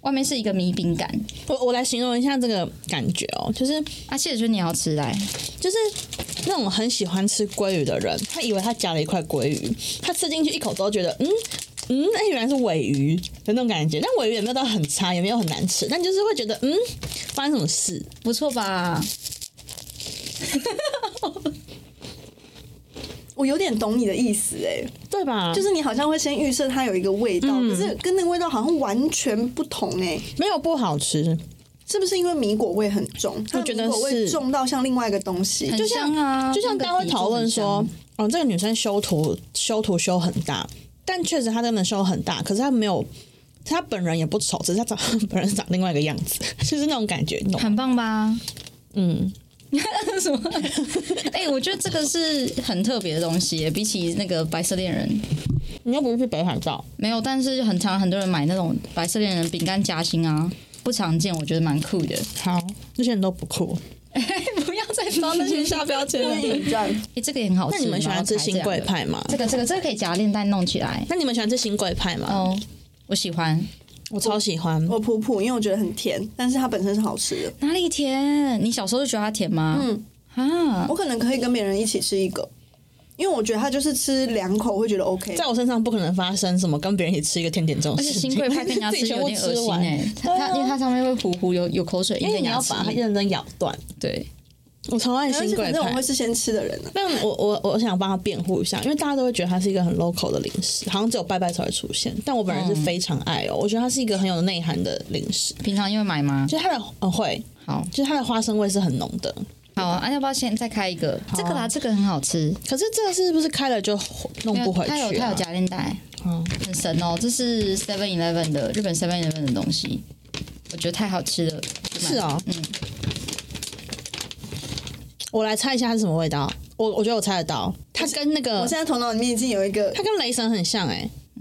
外面是一个米饼感。 我来形容一下这个感觉哦，就是谢子轩你也要吃来， 就是那种很喜欢吃鲑鱼的人，他以为他夹了一块鲑鱼，他吃进去一口之后觉得原来是鲔鱼的那种感觉，但鲔鱼也没有到很差，也没有很难吃，但就是会觉得发生什么事？ 不错吧？ 我有点懂你的意思对吧？ 就是你好像会先预设它有一个味道，可是跟那个味道好像完全不同没有不好吃， 是不是因为米果味很重？ 我觉得米果味重到像另外一个东西， 很香啊， 就像大家会讨论说，这个女生修图修很大，但确实她真的修很大，可是她没有。她本人也不丑，只是她本人长另外一个样子，就是那种感觉， 很棒吧？什么？我觉得这个是很特别的东西，比起那个白色恋人。 你又不是去北海道？ 没有，但是很多人买那种白色恋人饼干夹心啊，不常见，我觉得蛮酷的。 好，这些人都不酷。 不要再帮那些下标签了。这个也很好吃。 那你们喜欢吃新贵派吗？ 这个可以夹链带弄起来。 那你们喜欢吃新贵派吗？ 哦，我喜欢。 我超喜欢， 我普普，因为我觉得很甜，但是它本身是好吃的。 哪里甜？你小时候就觉得它甜吗？ 我可能可以跟别人一起吃一个，因为我觉得它就是吃2口会觉得 OK。 在我身上不可能发生什么跟别人一起吃一个甜点这种事情， 而且新贵派跟人家吃有点恶心它因为它上面会糊糊有口水， 因为你要把它认真咬断。 对。 我超爱新贵派， 我会是先吃的人啊。 但我想帮他辩护一下，因为大家都会觉得它是一个很 local 的零食，好像只有拜拜才会出现。但我本人是非常爱我觉得它是一个很有内涵的零食。 平常因为买吗？ 就是它的会好，就是它的花生味是很浓的。 好要不要先再开一个？这个啦，这个很好吃。 可是这个是不是开了就弄不回去？ 它有夹链带，很神哦。这是 7-Eleven 的日本 7-Eleven 的东西，我觉得太好吃了。 是哦，我来猜一下它是什么味道。我觉得我猜得到，它跟那个我现在头脑里面已经有一个， 它跟雷神很像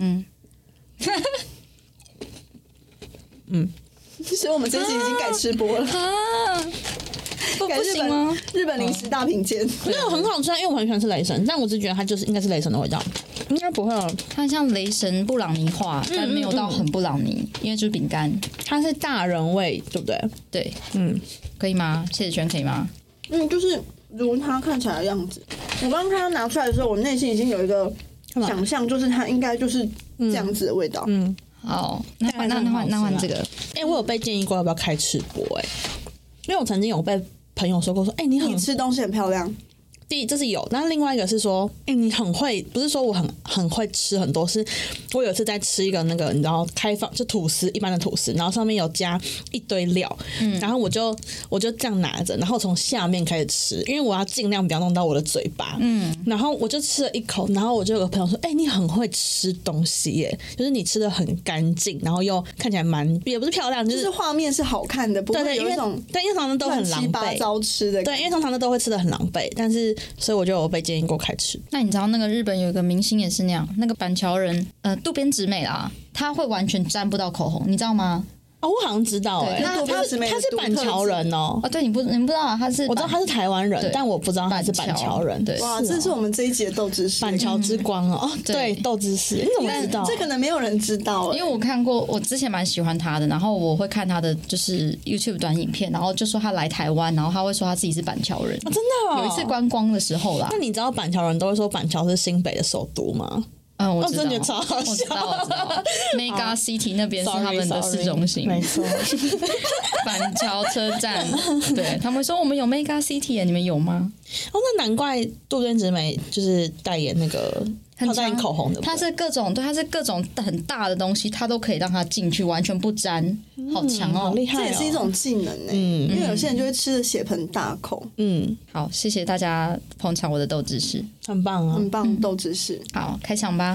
所以我们这集已经改吃播了改日本零食大品鉴。 没有很好吃，因为我很喜欢吃雷神，但我只觉得它就是应该是雷神的味道，应该不会哦。 它像雷神布朗尼化，但没有到很布朗尼，因为就是饼干， 它是大人味，对不对？ 对，可以吗？谢子轩可以吗？ 就是如它看起来的样子。我刚看它拿出来的时候，我内心已经有一个想象，就是它应该就是这样子的味道。 好，那换这个。 我有被建议过要不要开吃播因为我曾经有被朋友说过说，你吃东西很漂亮。 第一这是有，那另外一个是说，你很会，不是说我很会吃很多，是我有一次在吃一个那个你知道开放就吐司一般的吐司，然后上面有加一堆料，然后我就这样拿着，然后从下面开始吃，因为我要尽量不要弄到我的嘴巴，然后我就吃了一口，然后我就有个朋友说，你很会吃东西耶，就是你吃的很干净，然后又看起来也不是漂亮， 就是画面是好看的，不会有一种但因为常常都很狼狈， 乱七八糟吃的， 对，因为通常都会吃的很狼狈，但是所以我就有被建议过开吃。 那你知道那个日本有一个明星也是那样，那个板桥人渡边直美啦，他会完全沾不到口红，你知道吗？ 我好像知道他是板桥人哦。 对，你不知道啊， 我知道他是台湾人，但我不知道他是板桥人。 对， 哇，这是我们这一集的豆知识， 板桥之光哦。对，豆知识，你怎么知道？ 这可能没有人知道， 因为我看过，我之前蛮喜欢他的，然后我会看他的就是 YouTube 短影片，然后就说他来台湾，然后他会说他自己是板桥人， 真的。 有一次观光的时候啦。 那你知道板桥人都会说板桥是新北的首都吗？ 我知道， 真的超好笑。 我知道 Mega City 那边是他们的市中心， 没错。 板桥车站，对他们说我们有 Mega City 你们有吗？ 那难怪渡边直美就是代言那个。他代言口红的， 它是各种很大的东西，它都可以让它进去，完全不沾，好强哦， 好厉害这也是一种技能因为有些人就会吃的血盆大口。 好，谢谢大家捧场我的豆知识， 很棒啊， 很棒豆知识。 好，开场吧。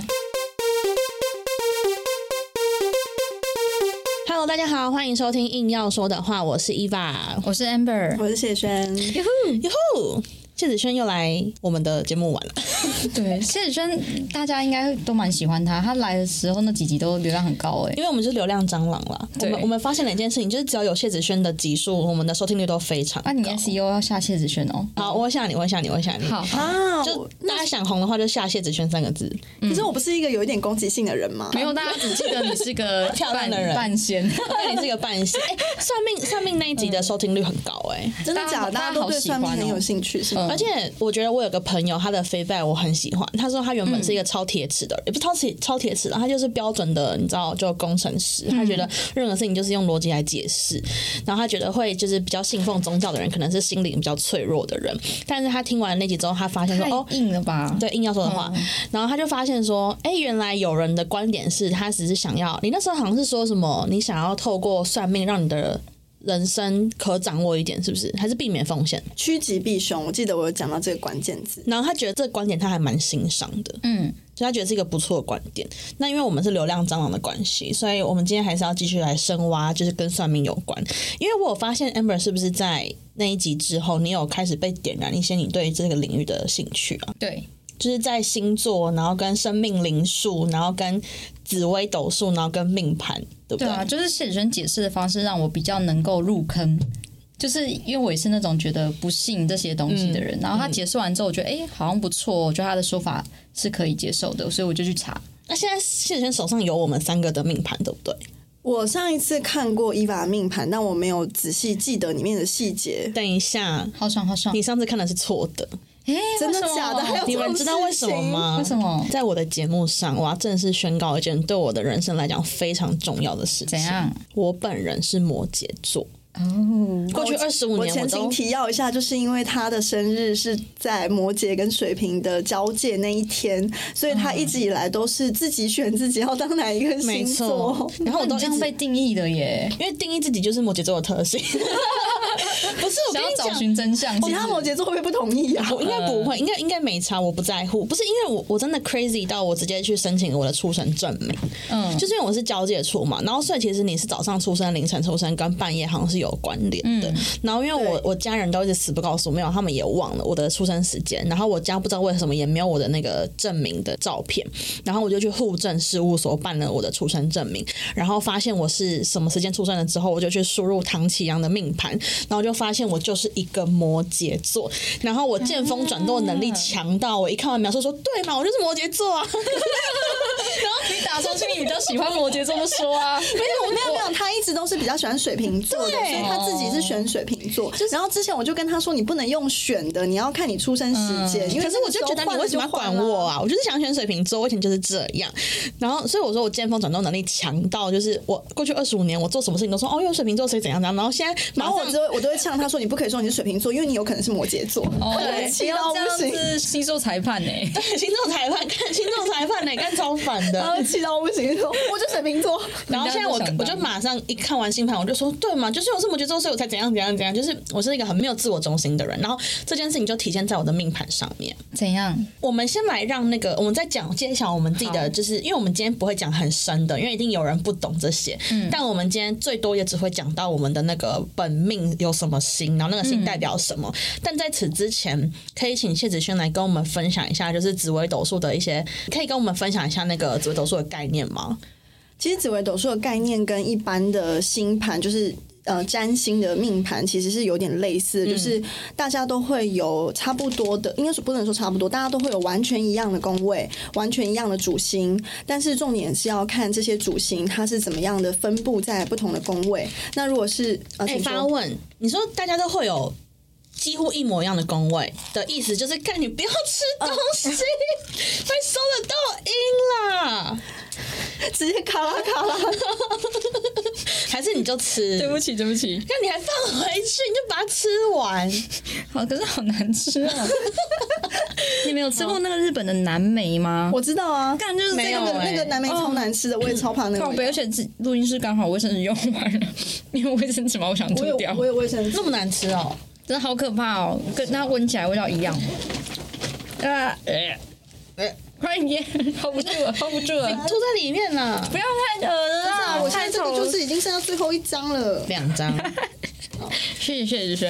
Hello， 大家好，欢迎收听硬要说的话，我是 Eva， 我是 Amber， 我是谢轩。 哟呼，谢子轩又来我们的节目玩了。 对，谢子轩大家应该都蛮喜欢他来的时候那几集都流量很高因为我们是流量蟑螂啦。我们发现了一件事情，就是只要有谢子轩的集数，我们的收听率都非常高。 那你 SEO 要下谢子轩哦。 好，我下你。 好啊， 就大家想红的话，就下谢子轩3个字。 可是我不是一个有一点攻击性的人吗？ 没有，大家只记得你是个漂亮的人半仙， 对，你是个半仙。算命那一集的收听率很高真的假的？大家都对算命很有兴趣，是吗？ 而且我觉得我有个朋友，他的 feedback 我很喜欢。他说他原本是一个超铁齿的，也不是超铁齿的，他就是标准的，你知道，就工程师。他觉得任何事情就是用逻辑来解释，然后他觉得会就是比较信奉宗教的人，可能是心灵比较脆弱的人。但是他听完那集之后，他发现说， 太硬了吧？ 对，硬要说的话，然后他就发现说，原来有人的观点是他只是想要，你那时候好像是说什么，你想要透过算命让你的人生可掌握一点，是不是？还是避免风险， 趋吉避凶？我记得我有讲到这个关键字。 然后他觉得这个观点他还蛮欣赏的，所以他觉得是一个不错的观点。那因为我们是流量蟑螂的关系，所以我们今天还是要继续来深挖，就是跟算命有关。因为我有发现 Amber 是不是在那一集之后，你有开始被点燃一些你对这个领域的兴趣啊？ 对。 就是在星座，然后跟生命灵数，然后跟紫微斗数，然后跟命盘，对不对？ 对啊，就是谢子轩解释的方式让我比较能够入坑，就是因为我也是那种觉得不信这些东西的人，然后他解释完之后，我觉得好像不错，我觉得他的说法是可以接受的，所以我就去查。 那现在谢子轩手上有我们3个的命盘，对不对？ 我上一次看过伊娃的命盘，但我没有仔细记得里面的细节。 等一下， 好爽， 你上次看的是错的。 真的假的？还有你们知道为什么吗？ 为什么？ 在我的节目上，我要正式宣告一件对我的人生来讲非常重要的事情。 怎样？ 我本人是摩羯座。过去25年我前情提要一下，就是因为他的生日是在摩羯跟水瓶的交界那一天，所以他一直以来都是自己选自己要当哪一个星座。 然后我都这样被定义的耶， 因为定义自己就是摩羯座的特性。不是，我跟你讲， 想要找寻真相， 其他摩羯座会不会不同意啊？ 我应该不会，应该没差，我不在乎。不是因为我真的 crazy 到我直接去申请我的出生证明，就是因为我是交界处嘛，然后所以其实你是早上出生、凌晨出生跟半夜好像是有关联的。然后因为我家人都一直死不告诉我，没有，他们也忘了我的出生时间，然后我家不知道为什么也没有我的那个证明的照片，然后我就去户政事务所办了我的出生证明，然后发现我是什么时间出生了之后，我就去输入唐启阳的命盘，然后就发现我就是一个摩羯座，然后我见风转舵能力强到我一看完描述说对嘛，我就是摩羯座啊。 然后你打从心里比较喜欢摩羯座就说啊， 没有，他一直都是比较喜欢水瓶座的，所以他自己是选水瓶座。然后之前我就跟他说，你不能用选的，你要看你出生时间。可是我就觉得你为什么要管我啊？我就是想选水瓶座，我以前就是这样。然后所以我说我见风转舵能力强到，就是我过去25年我做什么事情都说因为水瓶座谁怎样怎样。然后现在然后我都会呛他说，你不可以说你是水瓶座，因为你有可能是摩羯座。 对，气到不行，是星座裁判呢？ 对，星座裁判看星座裁判呢，干超烦的， 然后气到不行，我就水瓶座。 然后现在我就马上一看完星盘，我就说对嘛，就是我是摩羯座，所以我才怎样怎样怎样，就是我是一个很没有自我中心的人。然后这件事情就体现在我的命盘上面。 怎样？ 我们先来让那个我们再揭晓我们自己的，就是因为我们今天不会讲很深的，因为一定有人不懂这些。但我们今天最多也只会讲到我们的那个本命有什么星，然后那个星代表什么。但在此之前，可以请谢子轩来跟我们分享一下，就是紫微斗数的一些，可以跟我们分享一下那个紫微斗数的概念吗？ 其实紫微斗数的概念跟一般的星盘就是占星的命盘其实是有点类似，就是大家都会有差不多的，应该是不能说差不多，大家都会有完全一样的宫位，完全一样的主星，但是重点是要看这些主星它是怎么样的分布在不同的宫位。那如果是发问，你说大家都会有几乎一模一样的宫位的意思，就是看你不要吃东西，会收得到音啦。 直接卡拉卡拉， 还是你就吃？ 对不起， 那你还放回去，你就把它吃完。 好，可是好难吃啊！你没有吃过那个日本的蓝莓吗？ 我知道啊， 干就是这个那个蓝莓超难吃的，我也超怕那个。 而且录音室刚好卫生纸用完了，因为卫生纸嘛，我想吐掉。 我有卫生纸， 那么难吃哦， 真的好可怕哦，跟它闻起来味道一样。快点 ，hold 不住了， 你吐在里面了， 不要太恶了啦！ 我现在这个就是已经剩下最后一张了 ，2张。 谢谢子轩。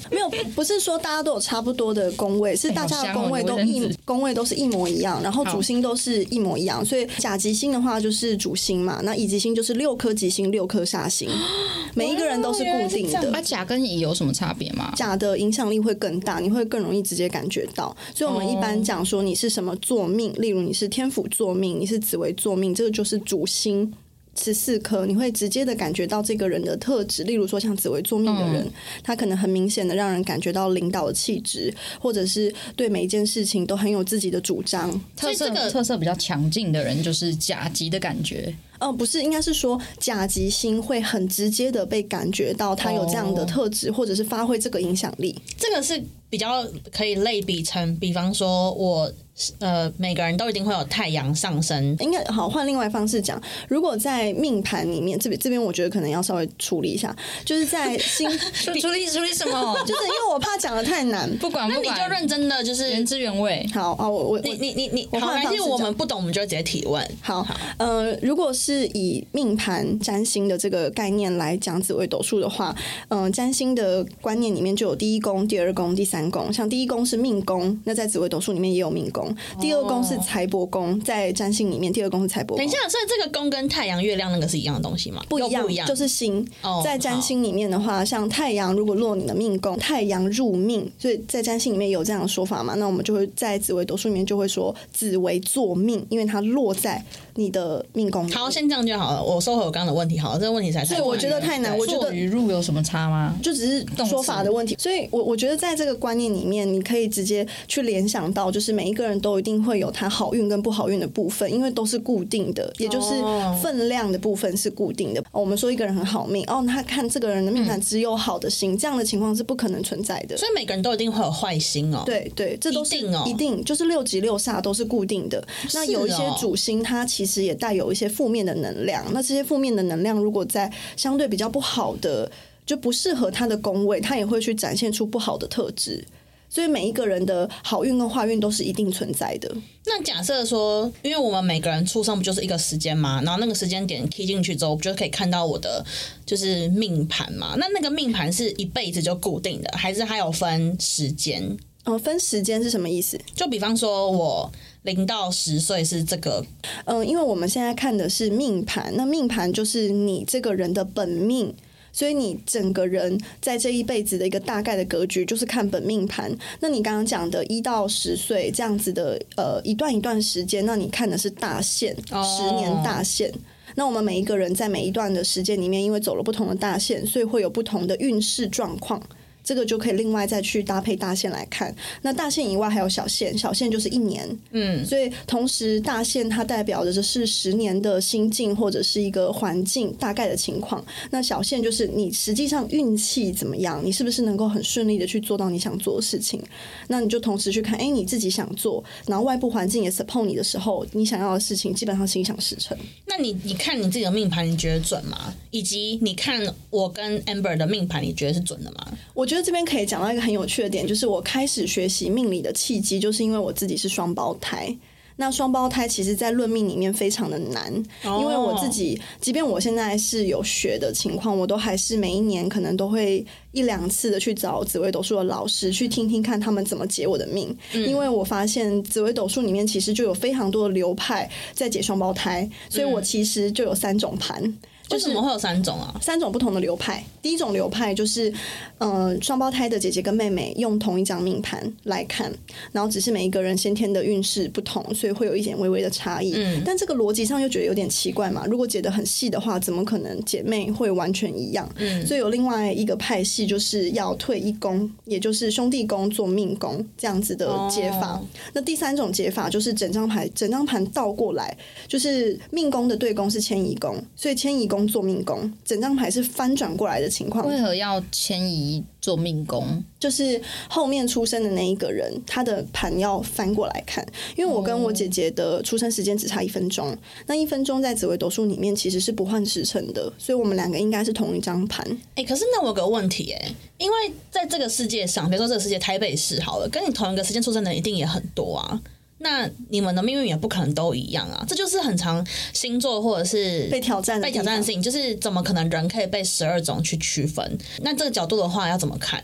没有，不是说大家都有差不多的宫位，是大家的宫位都是一模一样，然后主星都是一模一样。所以甲级星的话就是主星嘛，那乙级星就是6颗吉星、6颗煞星，每一个人都是固定的。 啊，甲跟乙有什么差别吗？ 甲的影响力会更大，你会更容易直接感觉到。所以我们一般讲说你是什么坐命，例如你是天府坐命，你是紫微坐命，这个就是主星。14颗，你会直接的感觉到这个人的特质，例如说像紫微坐命的人，他可能很明显的让人感觉到领导的气质，或者是对每一件事情都很有自己的主张。 特色比较强劲的人就是甲级的感觉。 不是，应该是说甲级星会很直接的被感觉到他有这样的特质，或者是发挥这个影响力。 这个是比较可以类比成，比方说我每个人都一定会有太阳上升。 应该好，换另外方式讲，如果在命盘里面，这边我觉得可能要稍微处理一下，就是在星处理什么？ 就是因为我怕讲的太难， 不管， 那你就认真的就是原汁原味。 好啊， 你好，还是我们不懂，我们就直接提问。 好，如果是以命盘占星的这个概念来讲紫微斗数的话，占星的观念里面就有第一宫、第二宫、第三宫。像第一宫是命宫，那在紫微斗数里面也有命宫。第二宫是财帛宫，在占星里面第二宫是财帛宫。 等一下，所以这个宫跟太阳、月亮那个是一样的东西吗？ 不一样，就是星。在占星里面的话，像太阳如果落你的命宫，太阳入命，所以在占星里面有这样的说法嘛？那我们就会在紫微斗数里面就会说紫微坐命，因为它落在你的命宫。 好，先这样就好了。我收回我刚刚的问题好了，这个问题才所以我觉得太难。我觉得与入有什么差吗？ 就只是说法的问题。所以我觉得在这个观念里面，你可以直接去联想到，就是每一个人都一定会有他好运跟不好运的部分，因为都是固定的，也就是分量的部分是固定的。我们说一个人很好命，他看这个人的命盘只有好的星，这样的情况是不可能存在的。 所以每个人都一定会有坏星哦。 对，这都是一定就是6吉6煞都是固定的。那有一些主星，它其实也带有一些负面的能量。那这些负面的能量，如果在相对比较不好的，就不适合他的宫位，他也会去展现出不好的特质。所以每一个人的好运跟坏运都是一定存在的。 那假设说，因为我们每个人出生不就是一个时间吗？然后那个时间点 key 进去之后，不就可以看到我的就是命盘嘛？那个命盘是一辈子就固定的，还是还有分时间？ 分时间是什么意思？ 就比方说我0到10岁是这个， 因为我们现在看的是命盘，那命盘就是你这个人的本命。所以你整个人在这一辈子的一个大概的格局，就是看本命盘。那你刚刚讲的1到10岁这样子的一段一段时间，那你看的是大线，10年大线。那我们每一个人在每一段的时间里面，因为走了不同的大线，所以会有不同的运势状况。这个就可以另外再去搭配大线来看。那大线以外还有小线，小线就是1年。所以同时大线它代表的就是10年的心境或者是一个环境大概的情况。那小线就是你实际上运气怎么样，你是不是能够很顺利的去做到你想做的事情。那你就同时去看，你自己想做，然后外部环境也 support 你的时候，你想要的事情基本上心想事成。 那你看你自己的命盘，你觉得准吗？以及你看我跟 Amber 的命盘，你觉得是准的吗？ 我觉得这边可以讲到一个很有趣的点，就是我开始学习命理的契机，就是因为我自己是双胞胎。那双胞胎其实在论命里面非常的难，因为我自己即便我现在是有学的情况，我都还是每一年可能都会1-2次的去找紫微斗数的老师去听听看他们怎么解我的命。因为我发现紫微斗数里面其实就有非常多的流派在解双胞胎，所以我其实就有3种盘。 为什么会有3种啊 ？3种不同的流派。第一种流派就是，双胞胎的姐姐跟妹妹用同一张命盘来看，然后只是每一个人先天的运势不同，所以会有一点微微的差异。但这个逻辑上又觉得有点奇怪嘛。如果解得很细的话，怎么可能姐妹会完全一样？所以有另外一个派系就是要退1宫，也就是兄弟宫做命宫这样子的解法。那第3种解法就是整张盘倒过来，就是命宫的对宫是迁移宫，所以迁移宫做命宫，整张牌是翻转过来的情况。 为何要迁移做命宫？ 就是后面出生的那一个人，他的盘要翻过来看。因为我跟我姐姐的出生时间只差1分钟，那1分钟在紫微斗数里面其实是不换时辰的，所以我们2个应该是同一张盘。 可是那我有个问题因为在这个世界上，比如说这个世界台北市好了，跟你同一个时间出生的人一定也很多啊。那你们的命运也不可能都一样啊，这就是很常星座或者是被挑战的事情，就是怎么可能人可以被12种去区分？那这个角度的话要怎么看？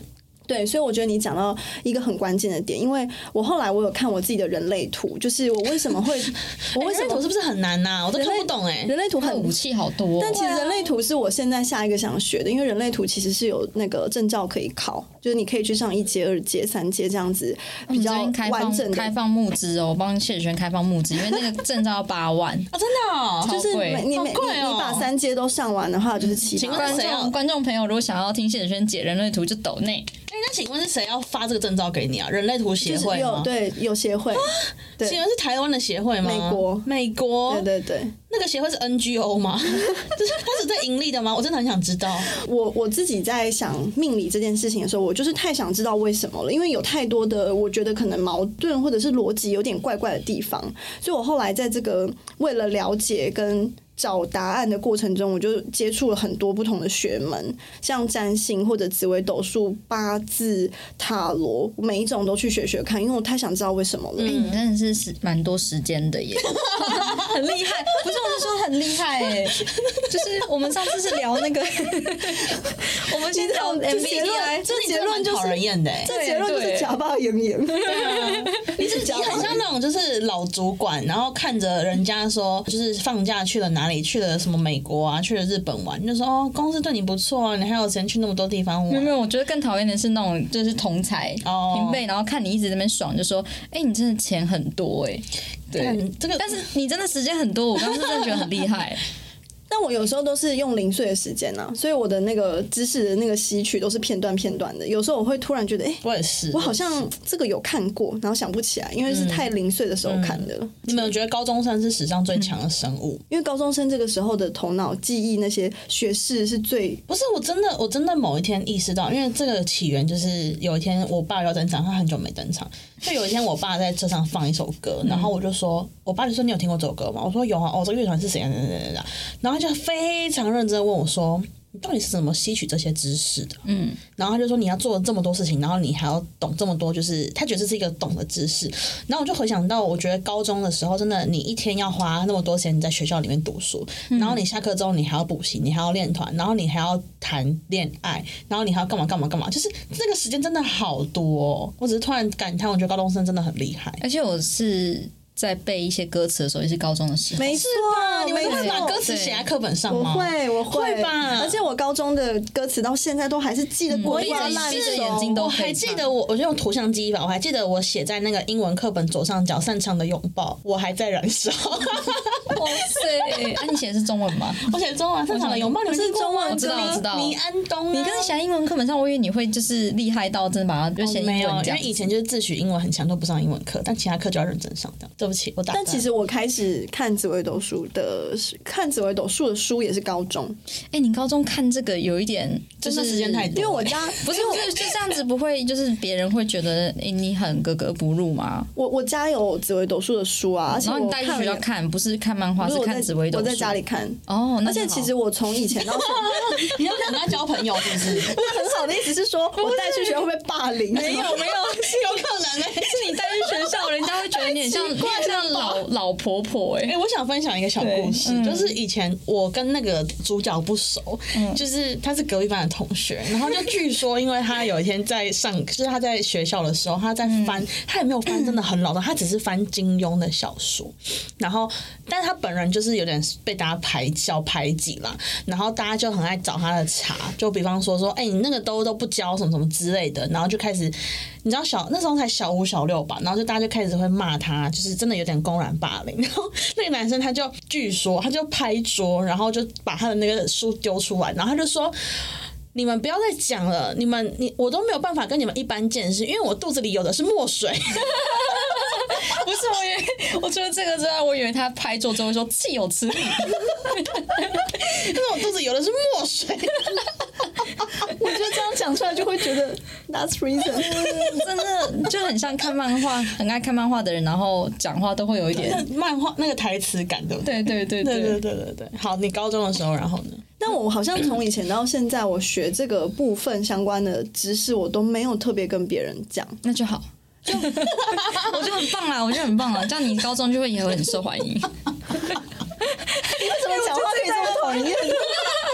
对，所以我觉得你讲到一个很关键的点，因为我后来我有看我自己的人类图，就是我为什么会，我为什么人类图是不是很难呐？我都看不懂人类图很武器好多， 但其实人类图是我现在下一个想学的，因为人类图其实是有那个证照可以考，就是你可以去上1阶、2阶、3阶这样子比较完整的开放募资哦，我帮谢轩开放募资，因为那个证照要8万啊，真的哦， 就是你把3阶都上完的话，就是7万。 观众朋友如果想要听谢轩解人类图，就抖内。 那请问是谁要发这个证照给你啊？人类图协会吗？ 对，有协会。 对，请问是台湾的协会吗？美国。 对。 那个协会是 NGO 吗？就是它是在盈利的吗？我真的很想知道。 我自己在想命理这件事情的时候，我就是太想知道为什么了，因为有太多的我觉得可能矛盾或者是逻辑有点怪怪的地方，所以我后来在这个为了了解跟找答案的过程中，我就接触了很多不同的学门，像占星或者紫微斗数、八字、塔罗，每一种都去学看，因为我太想知道为什么了。 你真的是蛮多时间的耶，很厉害。不是，我是说很厉害哎，就是我们上次是聊那个，我们先聊 MBTI， 这结论就是讨人厌的， 这结论就是假巴言言。 对啊，你很像那种就是老主管，然后看着人家说就是放假去了哪里，去了什么美国啊，去了日本玩，就说哦公司对你不错啊，你还有时间去那么多地方玩。 没有，我觉得更讨厌的是那种就是同才平辈，然后看你一直在那边爽，就说你真的钱很多哎，对，这个但是你真的时间很多，我刚刚是真的觉得很厉害。 但我有时候都是用零碎的时间啊，所以我的那个知识的那个吸取都是片段的。有时候我会突然觉得， 我也是， 我好像这个有看过，然后想不起来，因为是太零碎的时候看的。 你们有觉得高中生是史上最强的生物？ 因为高中生这个时候的头脑记忆那些学识是最…… 不是，我真的某一天意识到，因为这个起源就是有一天我爸要登场，他很久没登场，就有一天我爸在车上放一首歌，然后我就说，我爸就说你有听过这首歌吗？我说有啊，这个乐团是谁啊？然后他就非常认真问我说，你到底是怎么吸取这些知识的？然后他就说你要做这么多事情，然后你还要懂这么多，就是他觉得这是一个懂的知识。然后我就回想到，我觉得高中的时候，真的你一天要花那么多时间在学校里面读书，然后你下课之后你还要补习，你还要练团，然后你还要谈恋爱，然后你还要干嘛，就是这个时间真的好多哦。我只是突然感叹，我觉得高中生真的很厉害。 而且我是在背一些歌词的时候，也是高中的时候。 没错， 你们会把歌词写在课本上吗？ 我会吧。 而且我高中的歌词到现在都还是记得滚瓜烂熟， 眼睛都我还记得我就用图像记忆法，我还记得我写在那个英文课本左上角擅长的拥抱，我还在燃烧。 哇塞！你写的是中文吗？ 我写中文，擅长的拥抱，你是中文？ 我知道。 倪安东， 你跟你写在英文课本上，我以为你会就是厉害到真的把它就写英文这样。 因为以前就是自诩英文很强，都不上英文课，但其他课就要认真上的。对不起，我打断。 但其实我开始看紫微斗数的书也是高中。 你高中看这个有一点就是时间太多， 因为我家不是就这样子，不会就是别人会觉得你很格格不入吗？ 我家有紫微斗数的书啊，而且然后你带去学校看，不是看漫画，是看紫微斗数。 我在家里看哦， 而且其实我从以前到现在， 你要跟他交朋友是不是？ 很好的意思是说，我带去学校会被霸凌？ 没有， 是有可能是你带去学校，人家会觉得你很像老婆婆我想分享一个小故事，就是以前我跟那个主角不熟，就是他是隔壁班的同学，然后就据说，因为他有一天在就是他在学校的时候，他在翻，他也没有翻真的很老的，他只是翻金庸的小说，然后，但是他本人就是有点被大家排挤啦，然后大家就很爱找他的茬，就比方说，你那个都不教什么什么之类的，然后就开始，你知道那时候才小5小6吧，然后就大家就开始会骂他，就是真的有点公然霸凌，然后那个男生他就据说他就拍桌，然后就把他的那个书丢出来，然后他就说，你们不要再讲了，我都没有办法跟你们一般见识，因为我肚子里有的是墨水。 不是，我觉得这个之外，我以为他拍桌之后会说气有吃力， 但是我肚子有的是墨水。 我觉得这样讲出来就会觉得 that's reason， 真的就很像看漫画，很爱看漫画的人，然后讲话都会有一点漫画那个台词感，对不对？对。好，你高中的时候，然后呢？ 但我好像从以前到现在，我学这个部分相关的知识，我都没有特别跟别人讲， 那就好。我就很棒啦，这样你高中也会很受欢迎。 你为什么讲话可以这么讨厌？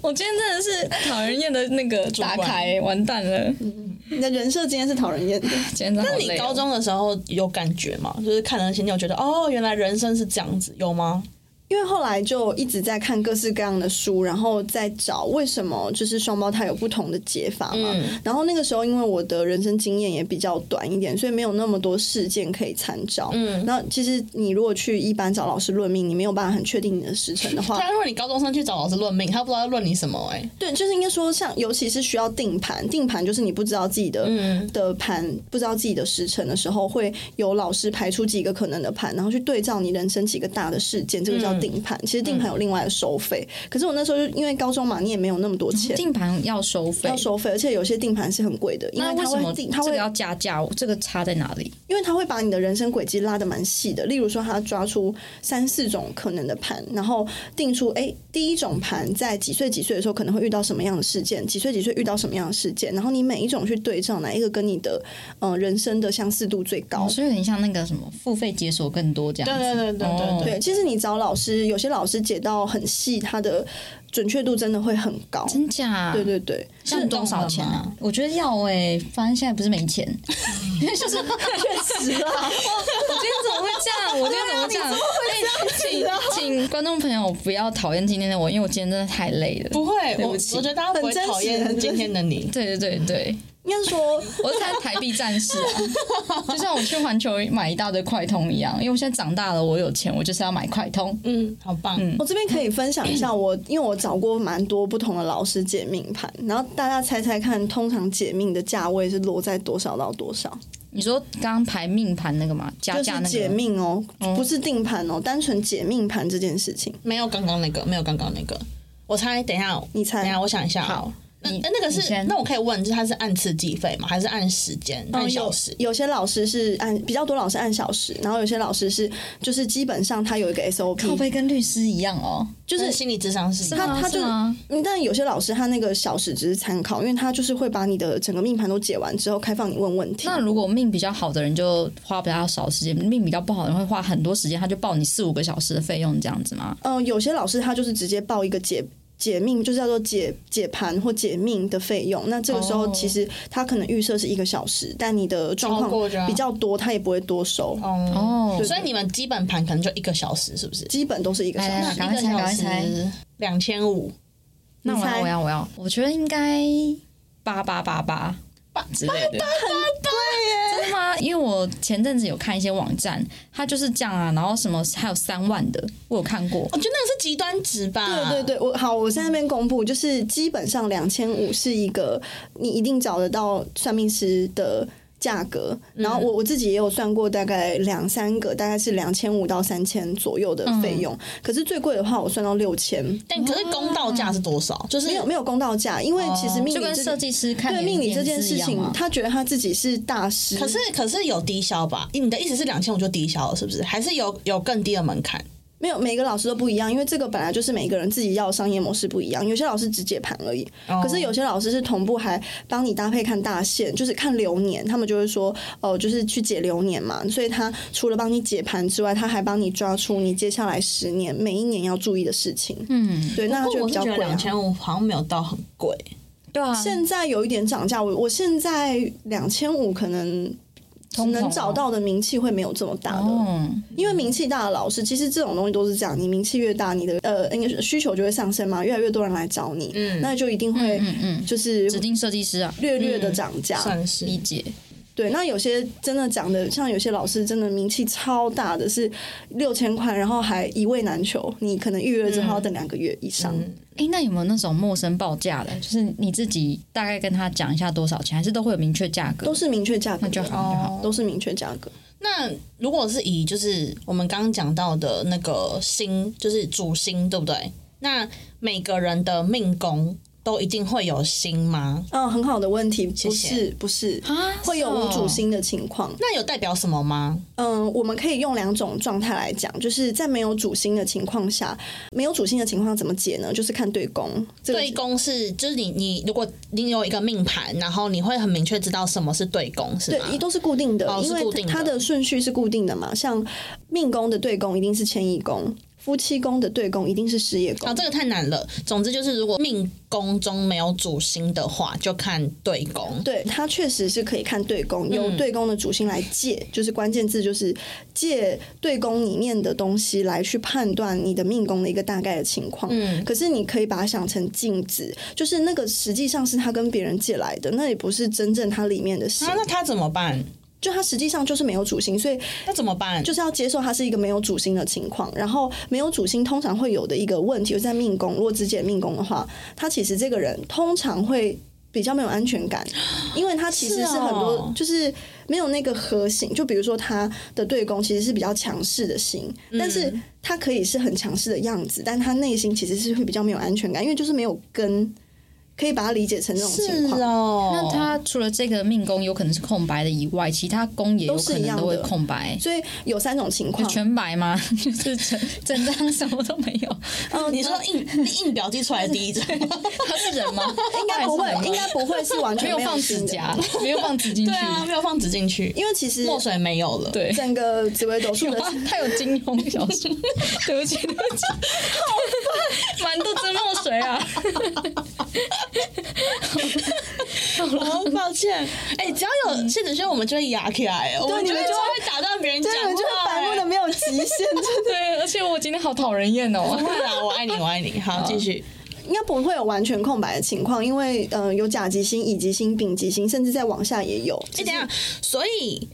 我今天真的是讨人厌的那个打开，完蛋了。 你的人设今天是讨人厌的。 今天真的好累哦。 那你高中的时候有感觉吗？就是看了那些，你有觉得哦，原来人生是这样子，有吗？ 因为后来就一直在看各式各样的书，然后再找为什么就是双胞胎有不同的解法嘛。然后那个时候因为我的人生经验也比较短一点，所以没有那么多事件可以参照。那其实你如果去一般找老师论命，你没有办法很确定你的时辰的话， 但如果你高中生去找老师论命，他不知道要论你什么对，就是应该说像尤其是需要定盘就是你不知道自己的盘，不知道自己的时辰的时候，会有老师排出几个可能的盘，然后去对照你人生几个大的事件，这个叫定盘。其实定盘有另外的收费，可是我那时候就因为高中嘛，你也没有那么多钱， 定盘要收费， 而且有些定盘是很贵的，因为它会定，它会要加价，这个差在哪里？ 因为它会把你的人生轨迹拉得蛮细的，例如说它抓出3-4种可能的盘，然后定出第一种盘在几岁的时候可能会遇到什么样的事件，几岁遇到什么样的事件，然后你每一种去对照哪一个跟你的人生的相似度最高， 所以有点像那个什么付费解锁更多这样子。 对，其实你找老师，有些老师解到很细，他的准确度真的会很高。 真假？ 对， 像多少钱啊？我觉得要反正现在不是没钱，就是确实啦。我今天怎么会这样？请观众朋友不要讨厌今天的我，因为我今天真的太累了。 不会，我觉得大家不会讨厌今天的你。 对。 应该说， 我是台币战士啊，就像我去环球买一大堆快通一样。因为我现在长大了，我有钱，我就是要买快通。 好棒。 我这边可以分享一下因为我找过蛮多不同的老师解命盘，然后大家猜猜看，通常解命的价位是落在多少到多少？ 你说刚刚排命盘那个吗？加价那个？ 就是解命不是定盘单纯解命盘这件事情， 没有刚刚那个。我猜，等一下， 你猜， 等一下，我想一下。 好。 那个是，那我可以问，就是它是按次计费吗？还是按时间、按小时？ 有些老师是比较多老师按小时，然后有些老师是就是基本上他有一个 SOP， 靠背跟律师一样就是心理咨商师。 他就但有些老师他那个小时只是参考，因为他就是会把你的整个命盘都解完之后，开放你问问题。 那如果命比较好的人就花比较少时间，命比较不好的人会花很多时间，他就报你4-5个小时的费用这样子吗？ 有些老师他就是直接报一个解命，就是叫做解盘或解命的费用。那这个时候其实他可能预设是1个小时，但你的状况比较多，他也不会多收。 所以你们基本盘可能就1个小时，是不是？ 基本都是1个小时。 赶快猜 2500。 那我要，我觉得应该8888之类的。真的吗？因为我前阵子有看一些网站，它就是这样啊，然后什么还有3万的，我有看过。 我觉得那个是极端值吧？ 对，我在那边公布，就是基本上2500是一个你一定找得到算命师的价格，然后我自己也有算过，大概2-3个，大概是2500到3000左右的费用。可是最贵的话，我算到6000。 但可是公道价是多少？就是没有公道价，因为其实命理就跟设计师看命理这件事情，他觉得他自己是大师。 可是有低消吧？你的意思是2500就低消了，是不是？还是有更低的门槛？ 没有，每个老师都不一样，因为这个本来就是每个人自己要的商业模式不一样。有些老师只解盘而已，可是有些老师是同步还帮你搭配看大线，就是看流年。他们就会说，就是去解流年嘛。所以他除了帮你解盘之外，他还帮你抓出你接下来10年每一年要注意的事情。对，那他就比较贵。 2500好像没有到很贵。 对啊， 现在有一点涨价。我现在2500可能找到的名气会没有这么大的，因为名气大的老师，其实这种东西都是这样，你名气越大，你的需求就会上升嘛，越来越多人来找你，那就一定会就是指定设计师啊， 略的涨价， 算是理解。 对，那有些真的讲的，像有些老师真的名气超大的，是6000块，然后还一位难求，你可能预约之后要等2个月以上。 那有没有那种陌生报价的？就是你自己大概跟他讲一下多少钱，还是都会有明确价格？ 都是明确价格， 那就好， 都是明确价格。 那如果是以就是我们刚刚讲到的那个星，就是主星，对不对？那每个人的命宫都一定会有星吗？ 很好的问题， 谢谢。 不是，会有无主星的情况。 那有代表什么吗？ 我们可以用2种状态来讲，就是在没有主星的情况下，没有主星的情况怎么解呢？就是看对宫。 对宫是就是你如果你有一个命盘，然后你会很明确知道什么是对宫，是吗？ 对，都是固定的，因为它的顺序是固定的嘛。像命宫的对宫一定是迁移宫。 夫妻宫的对宫一定是事业宫。 这个太难了。总之就是，如果命宫中没有主星的话，就看对宫。 对，它确实是可以看对宫，由对宫的主星来借，就是关键字就是借对宫里面的东西来去判断你的命宫的一个大概的情况。可是你可以把它想成镜子，就是那个实际上是他跟别人借来的，那也不是真正他里面的星。 那他怎么办？ 就它实际上就是没有主星，所以那怎么办？ 就是要接受它是一个没有主星的情况。然后没有主星通常会有的一个问题，就是在命宫，如果只解命宫的话，他其实这个人通常会比较没有安全感，因为他其实是很多就是没有那个核心。就比如说他的对宫其实是比较强势的星，但是他可以是很强势的样子，但他内心其实是会比较没有安全感，因为就是没有根。可以把它理解成这种情况。 那他除了这个命宫有可能是空白的以外，其他宫也有可能都会空白。 所以有3种情况： 全白吗？就是整张什么都没有。 你说印表机出来的第一张， 他是人吗？ 应该不会，应该不会是完全没有放指甲，没有放纸进去。 对啊，没有放纸进去， 因为其实墨水没有了。 对， 整个紫微斗数的他有金庸小说。对不起，好烦，满肚子墨水啊！ 好抱歉，只要有谢子轩，我们就会压起来，我们就会打断别人讲话， 对，就是白目的没有极限， 对，而且我今天好讨人厌哦。 不会啦，我爱你，我爱你。好，继续。 应该不会有完全空白的情况，因为有甲级星、乙级星、丙级星，甚至再往下也有。 等一下，所以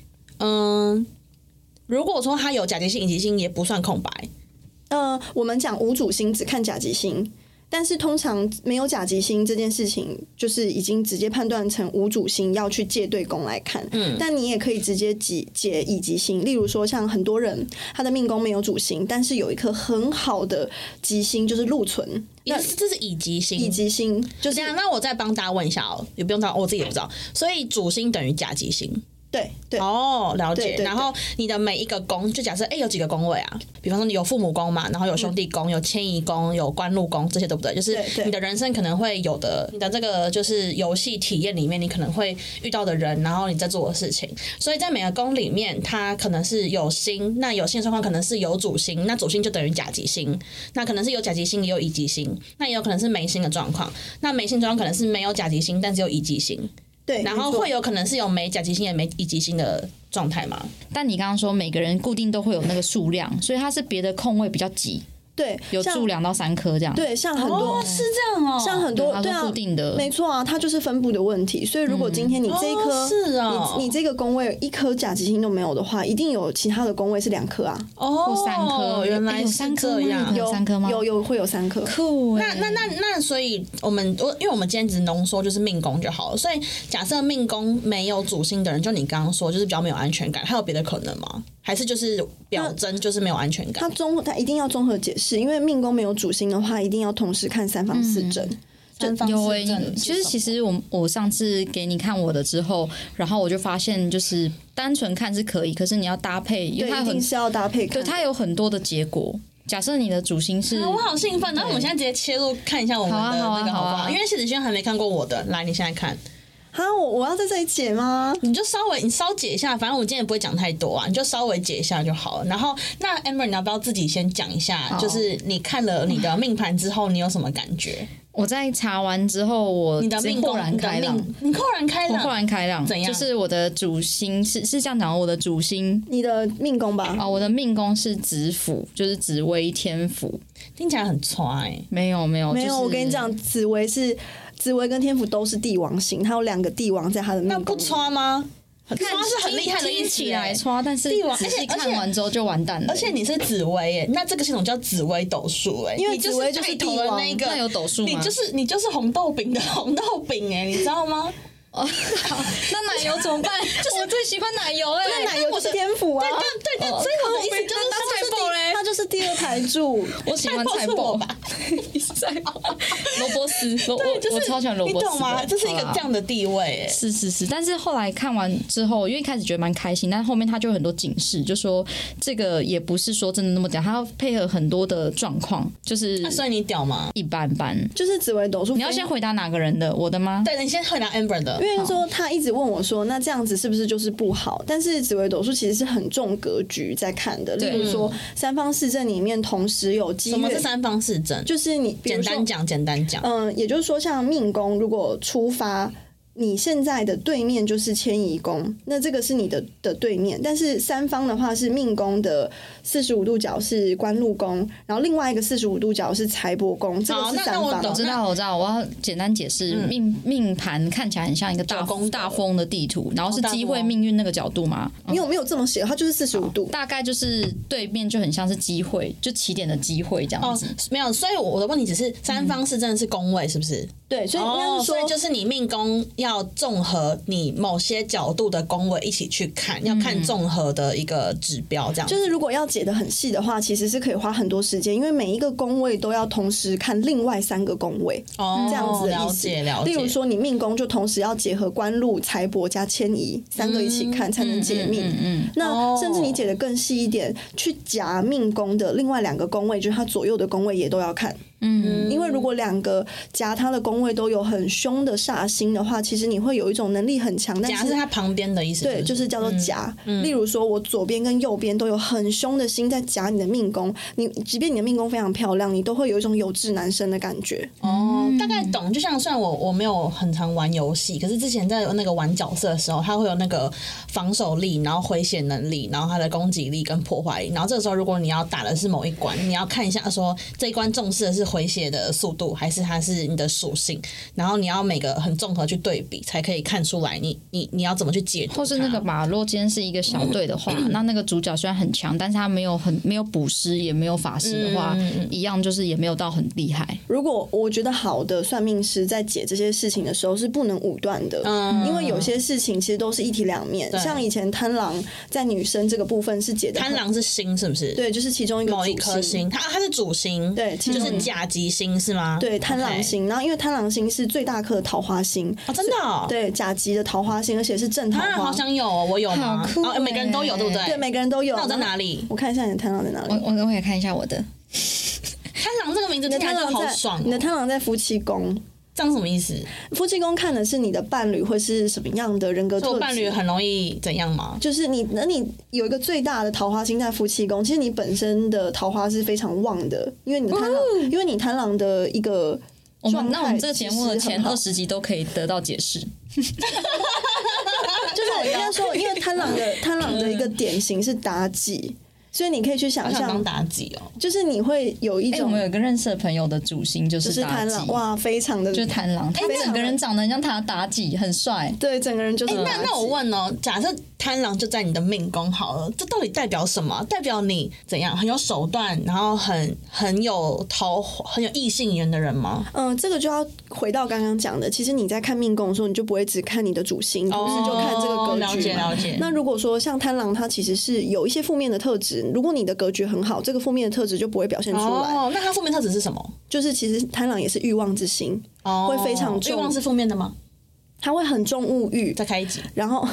如果说他有甲级星、乙级星，也不算空白。 我们讲无主星只看甲级星。但是通常没有甲级星这件事情，就是已经直接判断成无主星要去借对宫来看。但你也可以直接解乙级星，例如说像很多人他的命宫没有主星，但是有一颗很好的吉星就是禄存， 那这是乙级星。 乙级星就是这样。那我再帮大家问一下也不用知道，我自己也不知道。所以主星等于甲级星。 对对了解。 对， 然后你的每一个宫，就假设有几个宫位啊？比方说你有父母宫嘛，然后有兄弟宫、有迁移宫、有官禄宫，这些对不对？就是你的人生可能会有的，你的这个就是游戏体验里面，你可能会遇到的人，然后你在做的事情。所以在每个宫里面，它可能是有星，那有星的状况可能是有主星，那主星就等于甲级星，那可能是有甲级星也有乙级星，那也有可能是没星的状况。那没星状况可能是没有甲级星，但只有乙级星。 对， 然后会有可能是有没甲级星也没乙级星的状态吗？ 但你刚刚说每个人固定都会有那个数量，所以它是别的空位比较挤。 对， 有住2到3颗这样。 对，像很多是这样像很多对啊，固定的， 没错啊，它就是分布的问题。所以如果今天你这一颗你这个宫位1颗甲级星都没有的话，一定有其他的宫位是2颗啊， 或3颗， 原来是这样， 有 3颗吗？ 有会有3颗。 酷。 那所以因为我们今天只浓缩就是命宫就好了，所以假设命宫没有主星的人，就你刚刚说就是比较没有安全感，还有别的可能吗？还是就是表征就是没有安全感？ 它一定要综合解释，因为命宫没有主星的话，一定要同时看3方4正。 有就是其实我上次给你看我的之后，然后我就发现就是单纯看是可以，可是你要搭配，因为它一定是要搭配看， 对，它有很多的结果。假设你的主星是， 我好兴奋！那我们现在直接切入看一下我们的那个好不好？因为谢子轩还没看过我的，来，你现在看。 我要在这里解吗？ 你稍解一下，反正我今天也不会讲太多啊，你就稍微解一下就好了。然后，那 Amber 你要不要自己先讲一下？就是你看了你的命盘之后，你有什么感觉？ 我在查完之后，我你的命豁然开朗， 你豁然开朗， 我豁然开朗， 怎样？ 就是我的主星是这样讲，我的主星， 你的命宫吧？ 我的命宫是紫府，就是紫微天府， 听起来很差没有， 我跟你讲，紫微跟天府都是帝王星，他有2个帝王在他的命宫， 那不差吗？刷是很厉害的意思， 起来刷，但是仔细看完之后就完蛋了。 而且你是紫微耶，那这个系统叫紫微斗数哎， 因为紫微就是帝王那个， 那有斗数吗？ 你就是红豆饼的红豆饼哎，你知道吗？ 好，那奶油怎么办？就是我最喜欢奶油那奶油就是天府啊， 对，所以我的意思就是它就是第2台柱， 我喜欢菜脯吧，萝卜丝，我超喜欢萝卜丝， 你懂吗？这是一个这样的地位， 是，但是后来看完之后，因为一开始觉得蛮开心，但后面他就有很多警示，就说这个也不是说真的那么屌，他要配合很多的状况，就是。 所以你屌吗？ 一般般， 就是紫微斗数。 你要先回答哪个人的？我的吗？ 对，你先回答 Amber 的。 因为说他一直问我说，那这样子是不是就是不好？但是紫微斗数其实是很重格局在看的，例如说三方四正里面同时有机月。 什么是三方四正？ 就是你简单讲， 也就是说像命宫如果出发。你现在的对面就是迁移宫，那这个是你的对面，但是三方的话是命宫的45度角是官禄宫，然后另外一个45度角是财帛宫，这个是三方。 我知道，我要简单解释，命盘看起来很像一个大风的地图，然后是机会命运那个角度吗？ 没有这么写，它就是45度， 大概就是对面就很像是机会，就起点的机会这样子。 没有，所以我的问题只是三方是真的是宫位，是不是？ 对，所以应该是说， 所以就是你命宫要综合你某些角度的宫位一起去看，要看综合的一个指标，这样。 就是如果要解得很细的话，其实是可以花很多时间，因为每一个宫位都要同时看另外3个宫位，这样子的意思。 了解。 例如说，你命宫就同时要结合官禄、财帛加迁移3个一起看，才能解命。那甚至你解得更细一点，去夹命宫的另外2个宫位，就是它左右的宫位也都要看。因为如果2个夹他的宫位都有很凶的煞星的话，其实你会有一种能力很强，但夹是它旁边的意思， 对，就是叫做夹。例如说，我左边跟右边都有很凶的星在夹你的命宫，你即便你的命宫非常漂亮，你都会有一种有志难伸的感觉。 大概懂。就像虽然我没有很常玩游戏，可是之前在那个玩角色的时候，它会有那个防守力，然后回血能力，然后它的攻击力跟破坏力，然后这个时候如果你要打的是某一关，你要看一下说这一关重视的是回血的速度，还是它是你的属性，然后你要每个很综合去对比，才可以看出来你要怎么去解读它。 或是那个吧，如果今天是一个小队的话，那个主角虽然很强，但是他没有捕师，也没有法师的话，一样就是也没有到很厉害。 如果我觉得好的算命师在解这些事情的时候是不能武断的，因为有些事情其实都是一体两面。像以前贪狼在女生这个部分是解的， 贪狼是星是不是？ 对，就是其中一个某一颗星，它是主星， 对， 就是甲级星是吗？ 对，贪狼星。然后因为贪狼星是最大颗的桃花星真的对，甲级的桃花星，而且是正桃花。 好想有我有吗？每个人都有对不对？ 对，每个人都有。 那我在哪里？ 我看一下你的贪狼在哪里。 我也看一下我的贪狼这个名字听起来就好爽。 你的贪狼在夫妻宫。 这样什么意思？ 夫妻宫看的是你的伴侣会是什么样的人格特质？ 我伴侣很容易怎样吗？ 就是你有一个最大的桃花星在夫妻宫，其实你本身的桃花是非常旺的，因为你贪狼，因为你贪狼的一个状态。 那我们这个节目的前20集都可以得到解释。 就是应该说，因为贪狼的一个典型是妲己。所以你可以去想象妲己哦， 就是你会有一种， 我们有一个认识的朋友的主星就是贪狼，哇，非常的就是贪狼，他整个人长得很像妲己，很帅， 对，整个人就是。 那我问哦，假设贪狼就在你的命宫好了，这到底代表什么？代表你怎样很有手段，然后很有很有异性缘的人吗？ 这个就要回到刚刚讲的，其实你在看命宫的时候，你就不会只看你的主星，不是就看这个格局嘛。 了解。 那如果说像贪狼，它其实是有一些负面的特质。如果你的格局很好，这个负面的特质就不会表现出来。 那它负面特质是什么？ 就是其实贪狼也是欲望之心，会非常重。 欲望是负面的吗？ 他会很重物欲， 再开一集， 然后好，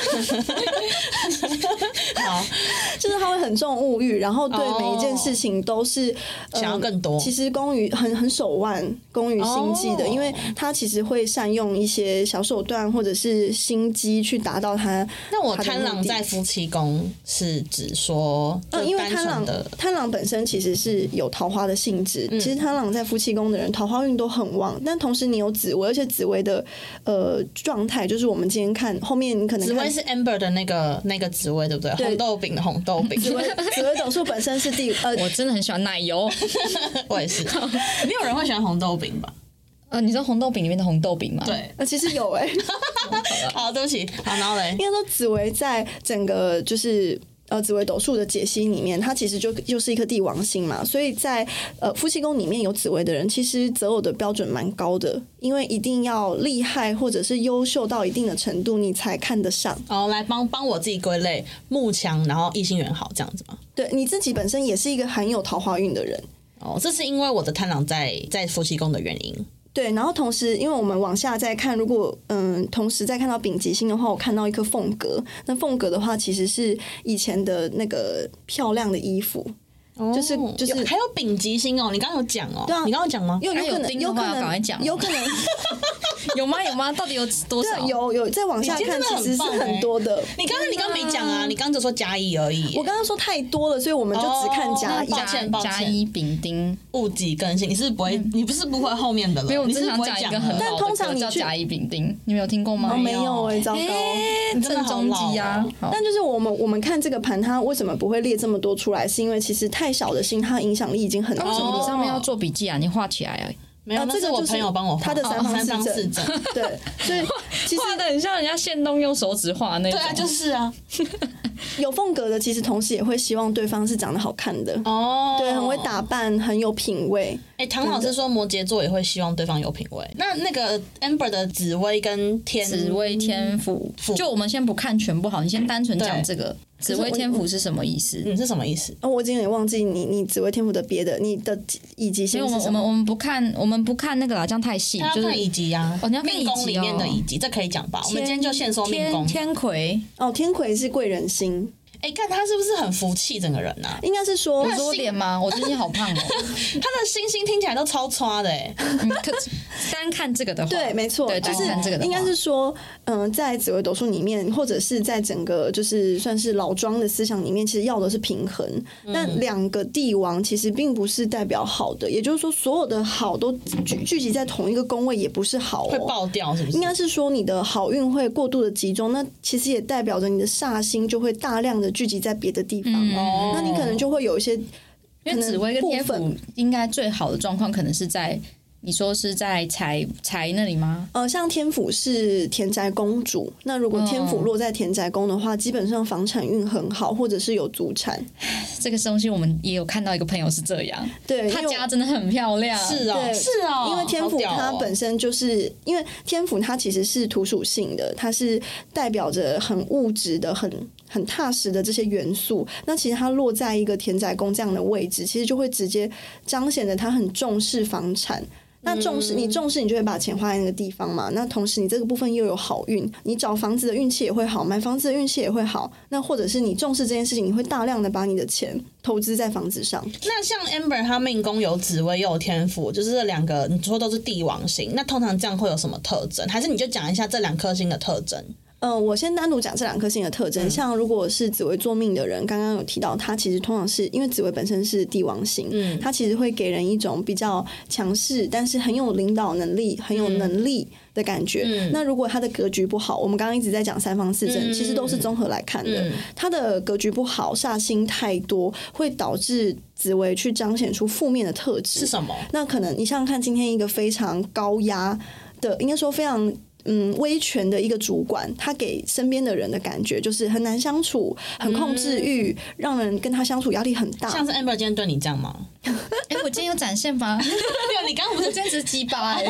就是他会很重物欲，然后对每一件事情都是想要更多。 其实工于很手腕，工于心计的，因为他其实会善用一些小手段或者是心机去达到他。 那我贪狼在夫妻宫是指说， 因为贪狼本身其实是有桃花的性质，其实贪狼在夫妻宫的人桃花运都很旺，但同时你有紫微，而且紫微的状态就是我们今天看后面，你可能紫微是 Amber 的那个紫微，对不对？红豆饼的红豆饼。 紫微斗数本身是我真的很喜欢奶油， 我也是。没有人会喜欢红豆饼吧？ 你说红豆饼里面的红豆饼吗？ 对， 其实有好，对不起，好，然后嘞， 应该说紫微在整个就是紫微斗数的解析里面，它其实就是一颗帝王星嘛，所以在夫妻宫里面有紫微的人，其实择偶的标准蛮高的，因为一定要厉害或者是优秀到一定的程度，你才看得上。 来帮我自己归类，慕强，然后异性缘好这样子吗？ 对，你自己本身也是一个很有桃花运的人。 这是因为我的贪狼在夫妻宫的原因。 对，然后同时，因为我们往下再看，如果同时再看到丙级星的话，我看到一颗凤格。那凤格的话，其实是以前的那个漂亮的衣服，就是还有丙级星哦。你刚刚有讲哦？ 对啊， 你刚刚讲吗？ 有可能， 赶快讲， 有可能有吗？到底有多少？ 对，有再往下看，其实是很多的。 你刚刚没讲啊，你刚刚只说甲乙而已。 我刚刚说太多了，所以我们就只看甲乙。 甲乙丙丁戊己庚辛，你不是不会后面的了？ 没有，我你只想讲一个很老的歌叫甲乙丙丁，你没有听过吗？ 没有糟糕， 郑中基啊。 但就是我们看这个盘，它为什么不会列这么多出来？是因为其实太小的星，它影响力已经很重了。 你上面要做笔记啊，你画起来啊。 没有，这是我朋友帮我画他的三方四正，对，所以其实画的很像人家线动用手指画那种。 对啊，就是啊。 有风格的，其实同时也会希望对方是长得好看的哦，对，很会打扮，很有品味。 唐老师说摩羯座也会希望对方有品味。那个 Amber 的紫微跟紫微天府，就我们先不看全部好，你先单纯讲这个。紫微天府是什么意思？ 是什么意思？ 我已经有点忘记你紫微天府的别的，你的乙级星是什么？ 我们不看那个啦，这样太细。就是乙级啊， 你要看命宫里面的乙级，这可以讲吧？我们今天就先说命宫。 天魁天魁是贵人星。 看他是不是很福气整个人啊？ 应该是说， 我说脸吗？我最近好胖哦。 他的星星听起来都超刷的单看这个的话， 对，没错， 就是应该是说，在紫微斗数里面，或者是在整个就是算是老庄的思想里面，其实要的是平衡。但两个帝王其实并不是代表好的，也就是说，所有的好都聚集在同一个宫位，也不是好， 会爆掉，是不是？ 应该是说你的好运会过度的集中，那其实也代表着你的煞星就会大量的聚集在别的地方，那你可能就会有一些， 因为紫微跟天府应该最好的状况可能是在。你说是在财那里吗？ 像天府是田宅公主，那如果天府落在田宅宫的话，基本上房产运很好，或者是有祖产。 这个东西我们也有看到一个朋友是这样， 对， 他家真的很漂亮， 是哦， 因为天府它本身就是因为天府它其实是土属性的，它是代表着很物质的很踏实的这些元素，那其实它落在一个田宅宫这样的位置，其实就会直接彰显着它很重视房产。那重视你就会把钱花在那个地方嘛。那同时你这个部分又有好运，你找房子的运气也会好，买房子的运气也会好。那或者是你重视这件事情，你会大量的把你的钱投资在房子上。 那像 Amber 他命宫有紫微又有天府，就是这两个你说都是帝王星，那通常这样会有什么特征？还是你就讲一下这两颗星的特征？ 我先单独讲这两颗星的特征。像如果是紫微坐命的人，刚刚有提到，他其实通常是因为紫微本身是帝王星，他其实会给人一种比较强势，但是很有领导能力、很有能力的感觉。那如果他的格局不好，我们刚刚一直在讲三方四正，其实都是综合来看的。他的格局不好，煞星太多，会导致紫微去彰显出负面的特质。 是什么？ 那可能你想想看，今天一个非常高压的，应该说非常威权的一个主管，他给身边的人的感觉就是很难相处，很控制欲，让人跟他相处压力很大。 像是 Amber 今天对你这样吗？ 我今天有展现吗？ 对，你刚刚不是今天只是鸡巴对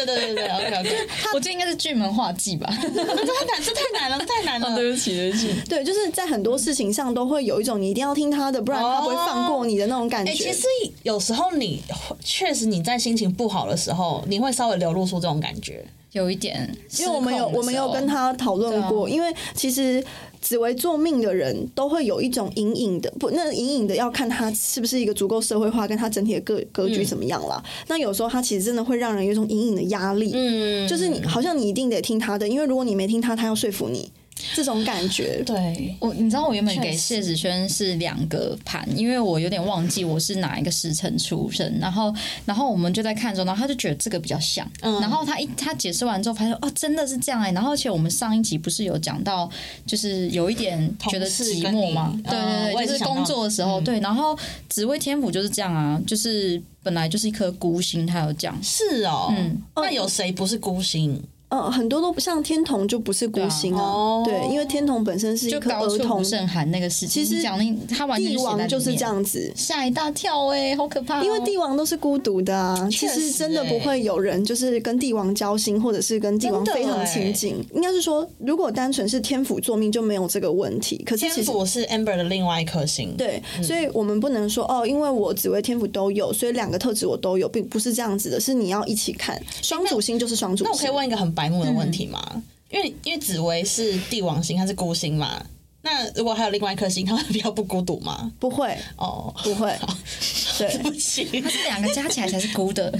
，OK， 我今天应该是巨门画技吧？ 这太难了， 对不起。 对，就是在很多事情上都会有一种你一定要听他的，不然他不会放过你的那种感觉。 其实有时候你确实你在心情不好的时候，你会稍微流露出这种感觉。 有一点， 因为我们有跟他讨论过，因为其实紫微坐命的人都会有一种隐隐的，那隐隐的要看他是不是一个足够社会化，跟他整体的格局怎么样啦。那有时候他其实真的会让人有一种隐隐的压力，就是你好像你一定得听他的，因为如果你没听他，他要说服你。这种感觉， 对你知道我原本给谢子轩是2个盘，因为我有点忘记我是哪一个时辰出生，然后我们就在看的时候，然后他就觉得这个比较像，然后他解释完之后发现哦真的是这样然后而且我们上一集不是有讲到，就是有一点觉得寂寞嘛，对，就是工作的时候，对，然后紫微天府就是这样啊，就是本来就是一颗孤星，他有讲是哦，那有谁不是孤星？ 很多都不像天同就不是孤星啊，对，因为天同本身是一颗儿童胜寒那个事情， 其实他完全帝王就是这样子， 吓一大跳好可怕因为帝王都是孤独的啊，其实真的不会有人就是跟帝王交心，或者是跟帝王非常亲近。应该是说，如果单纯是天府坐命就没有这个问题。可是天府是 Amber 的另外一颗星， 对，所以我们不能说因为我紫微天府都有，所以2个特质我都有，并不是这样子的，是你要一起看，双主星就是双主星。 那我可以问一个很白目的问题吗？因为紫微是帝王星，它是孤星嘛？那如果还有另外一颗星，它会比较不孤独吗？ 不会不会。对， 对不起， 它是2个加起来才是孤的。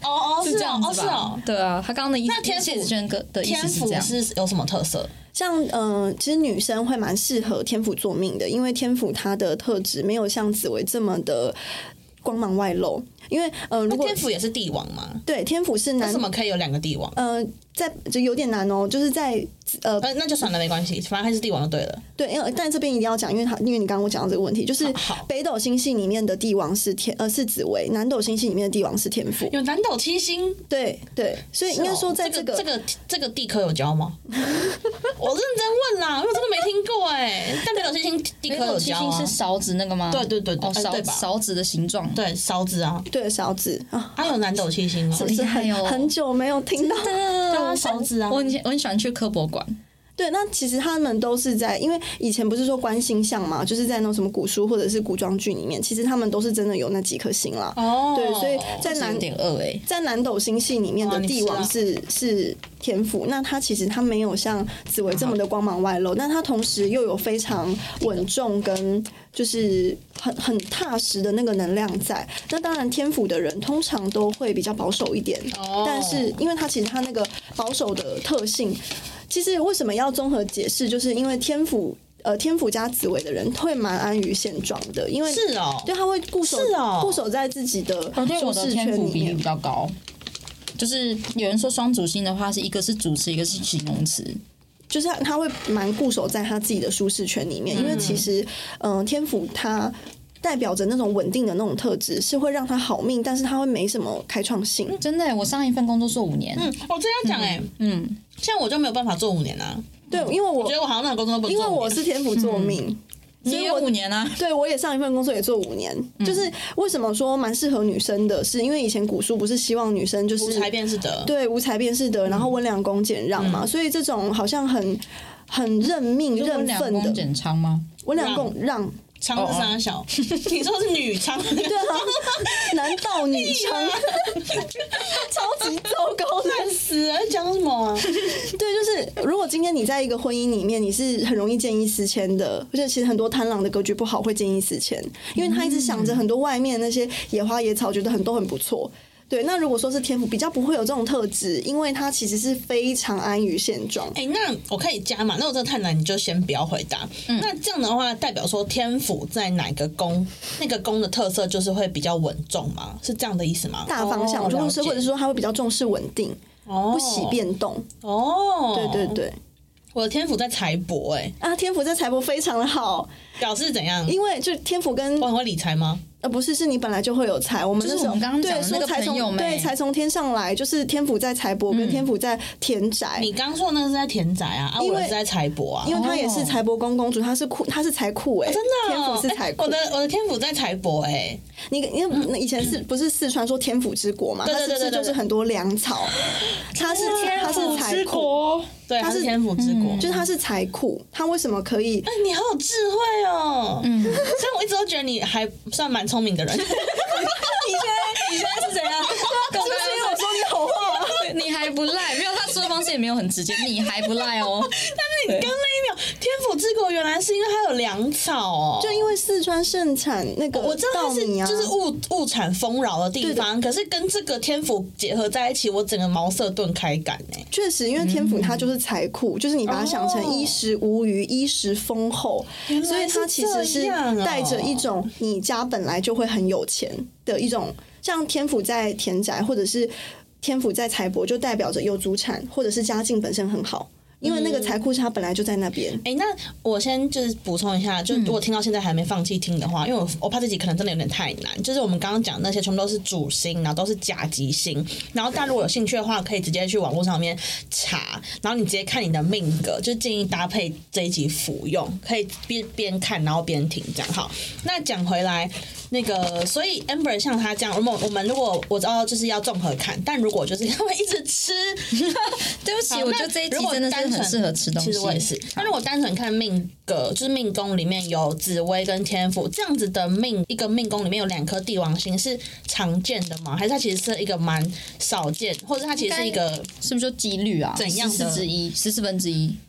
哦， 是这样子吧？对啊，他刚刚的意思， 那天府谢子轩的意思是这样。 天府是有什么特色？ 像其实女生会蛮适合天府做命的，因为天府它的特质没有像紫微这么的光芒外露。因为如果天府也是帝王嘛， 对，天府是为什么可以有2个帝王？ 在就有点难哦，就是在那就算了，没关系，反正还是帝王就对了。 对，但这边一定要讲，因为你刚刚我讲到这个问题，就是北斗星系里面的帝王是是紫微，南斗星系里面的帝王是天府， 有南斗七星。 对，所以应该说在这个地科有教吗？我认真问啦，因为我真的没听过但北斗七星地科有教啊。 是勺子那个吗？ 对， 勺子的形状， 对，勺子啊， 对，勺子啊， 还有南斗七星哦， 厉害哦， 很久没有听到对，勺子啊， 我很喜欢去科博馆。 对，那其实他们都是在，因为以前不是说观星象嘛，就是在那种什么古书或者是古装剧里面，其实他们都是真的有那几颗星啦。对，所以在在南斗星系里面的帝王是天府，那他其实他没有像紫微这么的光芒外露，但他同时又有非常稳重跟就是很踏实的那个能量在。那当然天府的人通常都会比较保守一点，但是因为他其实他那个保守的特性。其实为什么要综合解释，就是因为天府加紫微的人会蛮安于现状的，因为是哦， 对，他会固守在自己的舒适圈里面比例比较高。就是有人说双主星的话，是一个是主词，一个是形容词， 就是他会蛮固守在他自己的舒适圈里面，因为其实天府他代表着那种稳定的那种特质，是会让他好命，但是他会没什么开创性。 真的，我上一份工作做5年。 我真要讲像我就没有办法做5年啊。 对，因为我觉得我好像那个工作都不做5年， 因为我是天府坐命。 你也有5年啊？ 对，我也上一份工作也做5年。就是为什么说蛮适合女生的，是因为以前古书不是希望女生就是无才便是德， 对，无才便是德，然后温良恭俭让嘛，所以这种好像很认命认份的。 温良恭俭昌吗？ 温良恭让。 昌是三小，你说是女昌？对啊，男盗女娼，超级糟糕， 烂死了！讲什么啊？ 对，就是如果今天你在一个婚姻里面，你是很容易见异思迁的，而且其实很多贪狼的格局不好会见异思迁，因为他一直想着很多外面那些野花野草，觉得都很不错。对，那如果说是天府，比较不会有这种特质，因为他其实是非常安于现状。 那我可以加嘛？那我真的太难，你就先不要回答。那这样的话，代表说天府在哪个宫，那个宫的特色就是会比较稳重吗？是这样的意思吗？ 大方向，如果是或者说他会比较重视稳定，不喜变动。对。 我的天府在财帛天府在财帛非常的好， 表示怎样？ 因为就天府跟我很会理财吗？ 不是，是你本来就会有财。我们那时候刚刚讲的那个朋友对，财从天上来，就是天府在财帛跟天府在田宅。 你刚说那个是在田宅啊，我是在财帛啊， 因为他也是财帛宫公主，他是财库真的， 天府是财库。 我的天府在财帛你因为以前不是四川说天府之国嘛？它是不是就是很多粮草？它是财库， 对，它是天府之国， 就是它是财库。它为什么可以？ 你好有智慧哦！所以我一直都觉得你还算蛮聪明的人。 你现在是怎样？ 是不是因为我说你好话？ 你还不赖，没有，他说的方式也没有很直接，你还不赖哦。 但是你刚那一秒，天府之国原来是因为它有粮草哦， 就因为四川盛产那个我知道它是就是物产丰饶的地方， 对可是跟这个天府结合在一起，我整个茅塞顿开感确实，因为天府它就是财库，就是你把它想成衣食无余、衣食丰厚，所以它其实是带着一种你家本来就会很有钱的一种，像天府在田宅或者是天府在财帛，就代表着有祖产或者是家境本身很好。因为那个财库是它本来就在那边。 那我先就是补充一下，就如果听到现在还没放弃听的话，因为我怕这集可能真的有点太难。就是我们刚刚讲那些全部都是主星，然后都是甲级星，然后大家如果有兴趣的话，可以直接去网络上面查，然后你直接看你的命格，就建议搭配这一集服用，可以边看然后边听这样。好，那讲回来。那个，所以 Amber 像他这样，我们如果我知道就是要综合看，但如果就是他们一直吃， 对不起，我觉得这一集真的是很适合吃东西。 其实我也是。那如果单纯看命格，就是命宫里面有紫微跟天府这样子的一个命宫里面有2颗帝王星是常见的吗？还是它其实是一个蛮少见，或者它其实是一个是不是就几率啊？ 怎样的 14分之一？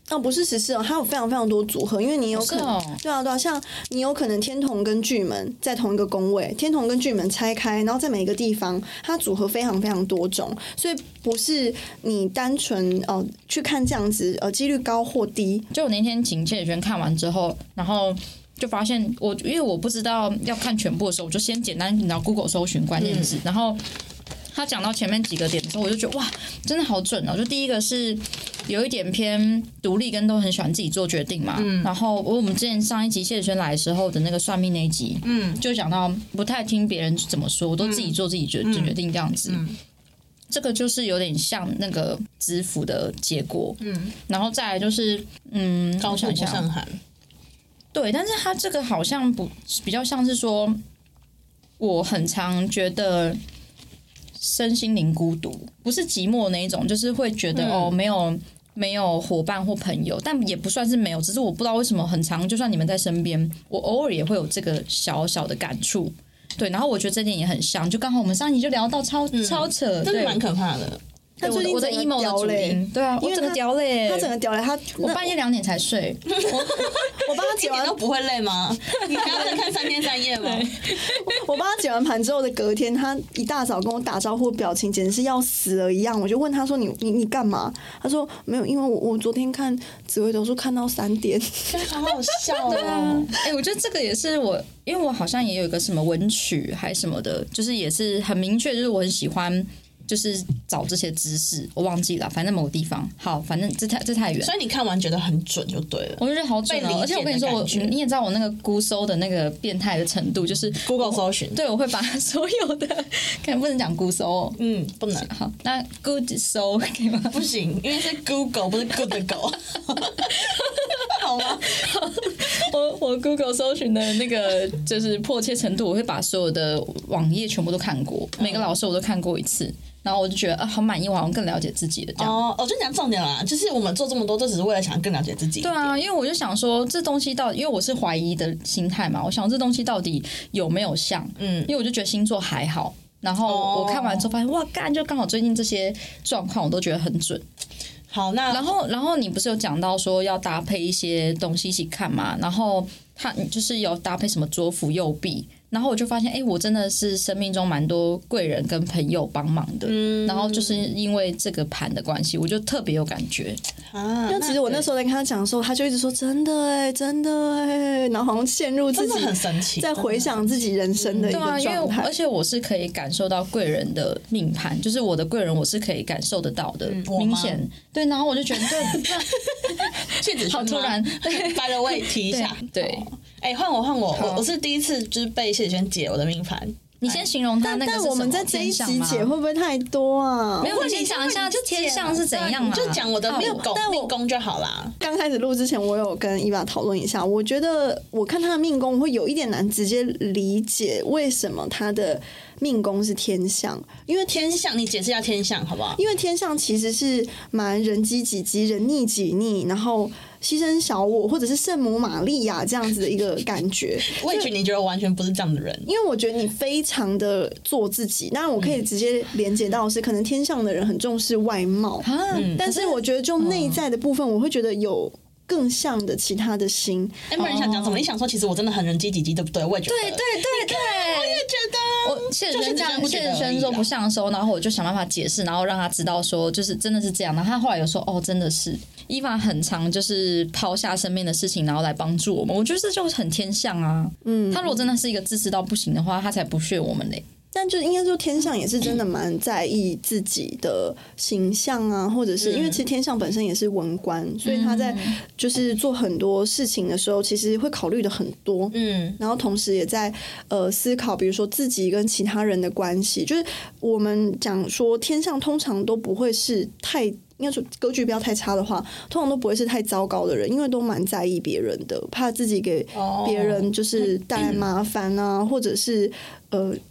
不是14哦，它有非常非常多组合，因为你有可能，对啊，像你有可能天同跟巨门在同一个宫位，天同跟巨门拆开，然后在每一个地方，它组合非常非常多种，所以不是你单纯去看这样子几率高或低。 就我那天请谢轩看完之后，然后就发现因为我不知道要看全部的时候，我就先简单然后 Google 搜寻关键字，然后他讲到前面几个点的时候，我就觉得哇，真的好准哦！就第一个是有一点偏独立，跟都很喜欢自己做决定嘛。然后我们之前上一集谢轩来的时候的那个算命那一集，就讲到不太听别人怎么说，我都自己做自己决定这样子。这个就是有点像那个知府的结果。然后再来就是高处不胜寒。 对，但是他这个好像比较像是说，我很常觉得身心灵孤独，不是寂寞那一种，就是会觉得没有伙伴或朋友，但也不算是没有，只是我不知道为什么很常，就算你们在身边，我偶尔也会有这个小小的感触。对，然后我觉得这点也很像，就刚好我们上一集就聊到超扯， 真的蛮可怕的。 他最近我的 emo 的主因，对啊，我整个掉泪， 他整个掉泪， 我半夜2点才睡， 我帮他解完都不会累吗？你还要再看3天3夜吗？ 我帮他解完盘之后的隔天，他一大早跟我打招呼，表情简直是要死了一样。我就问他说：“你干嘛？”他说：“没有，因为我昨天看紫微斗数看到3点。” 好好笑哦！ 我觉得这个也是因为我好像也有一个什么文曲还什么的，就是也是很明确，就是我很喜欢。就是找这些知识，我忘记了，反正某个地方。好，反正这太远。 所以你看完觉得很准就对了。 我觉得好准哦，而且我跟你说，你也知道我那个估搜的那个变态的程度，就是 Google 搜寻。 对，我会把所有的，可能不能讲估搜哦。 不能。 好，那 Good 搜可以吗？ 不行，因为是 Google 不是 Good 的狗。好吗？ 我 Google 搜寻的那个就是迫切程度，我会把所有的网页全部都看过，每个老师我都看过一次。然后我就觉得好满意，我好像更了解自己了。这样我就讲重点啦，就是我们做这么多，都只是为了想更了解自己。 对啊，因为我就想说，这东西到底，因为我是怀疑的心态嘛，我想这东西到底有没有像？因为我就觉得星座还好。然后我看完之后发现，哇，干，就刚好最近这些状况我都觉得很准。 好，那然后你不是有讲到说要搭配一些东西一起看嘛？然后他就是有搭配什么左辅右弼。然后我就发现，我真的是生命中蛮多贵人跟朋友帮忙的。然后就是因为这个盘的关系，我就特别有感觉。 因为其实我那时候在跟他讲的时候，他就一直说真的真的然后好像陷入自己很神奇， 在回想自己人生的一个状态。 而且我是可以感受到贵人的命盘，就是我的贵人，我是可以感受得到的，明显对。然后我就觉得， 谢子好突然 ，by the way提一下， 对。 换我，我是第一次就是被谢子轩解我的命盘。 你先形容他那个是什么？ 但我们在这一集解会不会太多啊？ 没有，你先讲一下天象是怎样啊？ 就讲我的命宫就好啦。 刚开始录之前，我有跟伊娃讨论一下，我觉得我看他的命宫，我会有一点难直接理解为什么他的命宫是天象，因为天象，你解释一下天象好不好？ 因为天象其实是蛮人机己机，人逆己逆，然后牺牲小我，或者是圣母玛利亚这样子的一个感觉。 我也觉得你觉得我完全不是这样的人， 因为我觉得你非常的做自己。当然，我可以直接连接到是可能天象的人很重视外貌，但是我觉得就内在的部分，我会觉得有更像的其他的心。 不然你想讲什么？你想说其实我真的很人机己机，对不对？我也觉得， 对， 我也觉得。 我谢子轩说不像的时候，然后我就想办法解释，然后让他知道说，就是真的是这样。然后他后来有说，真的是。伊娃很常就是抛下身边的事情，然后来帮助我们。我觉得这就是很天象啊。他如果真的是一个自私到不行的话，他才不屑我们嘞。 但就应该说天象也是真的蛮在意自己的形象啊，或者是因为其实天象本身也是文官，所以他在就是做很多事情的时候，其实会考虑的很多。然后同时也在思考，比如说自己跟其他人的关系。就是我们讲说天象通常都不会是太。应该说格局不要太差的话，通常都不会是太糟糕的人，因为都蛮在意别人的，怕自己给别人就是带来麻烦啊，或者是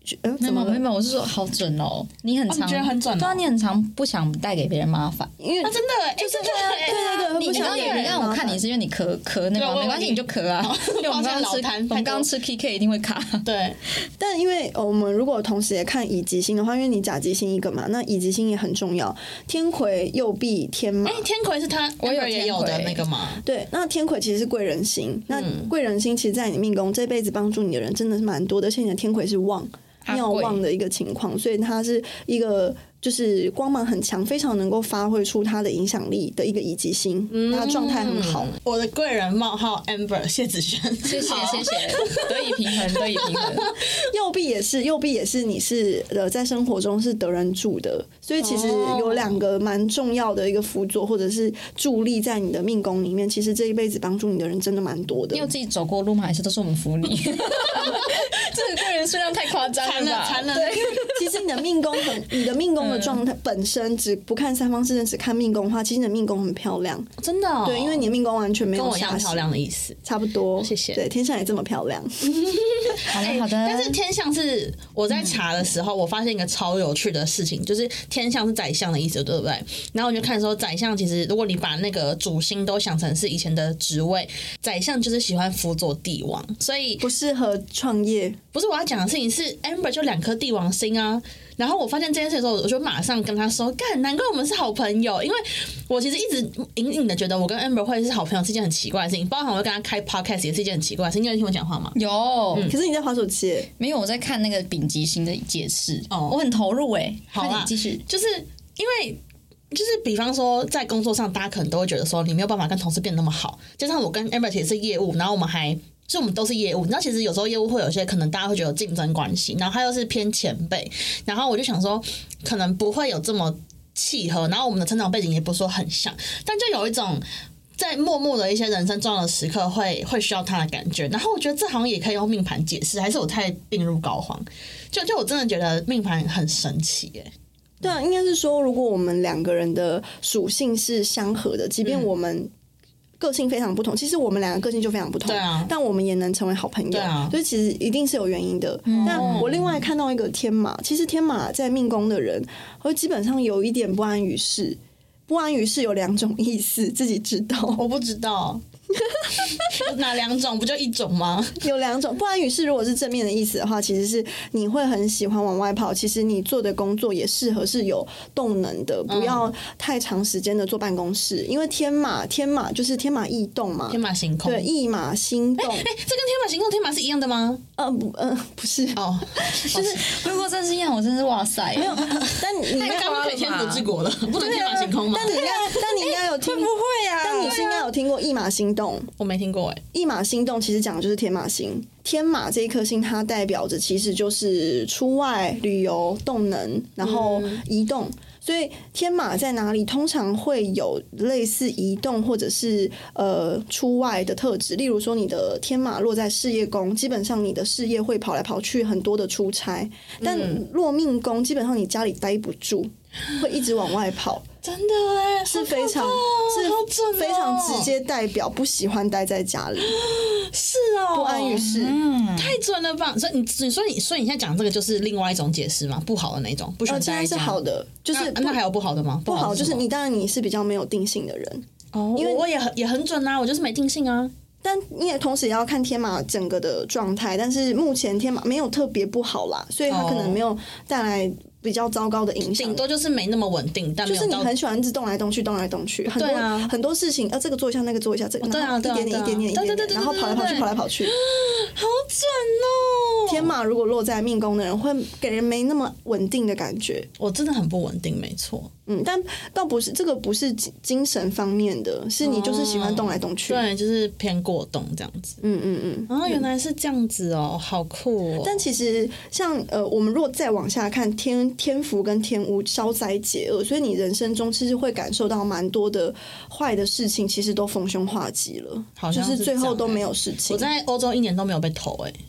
怎么了没有，我是说好准哦，你很常你觉得很准哦对啊，你很常不想带给别人麻烦。 因为真的就是对对， 你不想给人刚刚我看你是因为你咳那个， 对没关系，你就咳啊。因为我们刚抱歉老谭刚刚吃 KK 一定会卡。 对， 但因为我们如果同时也看乙级星的话，因为你甲级星一个嘛，那乙级星也很重要。天魁、右弼、天马， 天魁是他我有也有的那个嘛。 对，那天魁其实是贵人星，那贵人星其实在你命宫这辈子帮助你的人真的是蛮多的，而且你的天魁是旺妙旺的一个情况，所以它是一个就是光芒很强，非常能够发挥出它的影响力的一个乙级星，它状态很好。 我的贵人冒号 Amber 谢子轩， 谢谢，得以平衡。 右臂也是，你是在生活中是得人助的，所以其实有2个蛮重要的一个辅佐或者是助力在你的命宫里面，其实这一辈子帮助你的人真的蛮多的。 你有自己走过路吗？还是都是我们扶你？这个贵人数量太夸张了吧？ 惨了。 其实你的命宫的状态本身，只不看三方四正，只看命宫的话，其实你的命宫很漂亮， 真的、哦。 对，因为你的命宫完全没有跟我一样漂亮的意思， 差不多。 谢谢。 对，天象也这么漂亮。 好的。 但是天象是我在查的时候，我发现一个超有趣的事情，就是天象是宰相的意思，对不对？然后我就看说，宰相其实如果你把那个主星都想成是以前的职位，宰相就是喜欢辅佐帝王，所以不适合创业。 不是我要讲的事情是 Amber 就2颗帝王星啊。然后我发现这件事的时候，我就马上跟他说：“干，难怪我们是好朋友。”因为我其实一直隐隐的觉得我跟 Amber 会是好朋友是一件很奇怪的事情，包含我跟他开 podcast 也是一件很奇怪的事情。你有听我讲话吗？ 有， 可是你在滑手机耶， 没有我在看那个丙级星的解释， 哦我很投入哎。 好啦， 快点继续。 就是因为。就是比方说，在工作上，大家可能都会觉得说，你没有办法跟同事变得那么好。加上我跟 Amber 也是业务，然后我们都是业务，你知道，其实有时候业务会有些可能大家会觉得有竞争关系，然后他又是偏前辈，然后我就想说，可能不会有这么契合，然后我们的成长背景也不是说很像，但就有一种。在默默的一些人生重要的时刻会需要他的感觉，然后我觉得这好像也可以用命盘解释，还是我太病入膏肓？就我真的觉得命盘很神奇耶。 对啊，应该是说，如果我们2个人的属性是相合的，即便我们个性非常不同，其实我们2个个性就非常不同， 对啊， 但我们也能成为好朋友， 对啊， 所以其实一定是有原因的。但我另外看到一个天马，其实天马在命宫的人，会基本上有一点不安于世。不安于世有2种意思，自己知道。 我不知道。哪2种？不就1种吗？ 有2种。不安于世如果是正面的意思的话，其实是你会很喜欢往外跑，其实你做的工作也适合是有动能的，不要太长时间的坐办公室，因为天马就是天马异动嘛， 天马行空， 对，驿马心动。 这跟天马行空天马是一样的吗？ 不是哦， 就是如果真是一样，我真是哇塞，没有。 但你刚刚可以天府之国了，不能天马行空吗？ 但你应该有听， 会不会啊？ 但你是应该有听过驿马心动， 我没听过哎。 驿马心动其实讲的就是天马星，天马这一颗星它代表着其实就是出外旅游、动能，然后移动。所以天马在哪里，通常会有类似移动或者是出外的特质。例如说，你的天马落在事业宫，基本上你的事业会跑来跑去，很多的出差。但落命宫，基本上你家里待不住，会一直往外跑。 真的哎， 是非常是非常直接代表不喜欢待在家里， 是哦， 不安于世， 太准了吧？所以你现在讲这个就是另外一种解释嘛，不好的那种，不喜欢待在家。 现在是好的，就是那还有不好的吗？ 不好就是你当然你是比较没有定性的人哦，因为我也很准啊，我就是没定性啊。 但你也同时也要看天马整个的状态，但是目前天马没有特别不好啦，所以它可能没有带来比较糟糕的影响， 顶多就是没那么稳定，但没有就是你很喜欢一直动来动去，很多很多事情，这个做一下，那个做一下，这个对啊， 一点点，然后跑来跑去， 好准哦！ 天马如果落在命宫的人，会给人没那么稳定的感觉。 我真的很不稳定，没错。 但倒不是这个，不是精神方面的，是你就是喜欢动来动去， 对，就是偏过动这样子。然后原来是这样子哦，好酷哦！ 但其实像我们如果再往下看，天福跟天巫消灾解厄，所以你人生中其实会感受到蛮多的坏的事情，其实都逢凶化吉了， 好像就是最后都没有事情。 我在欧洲1年都没有被投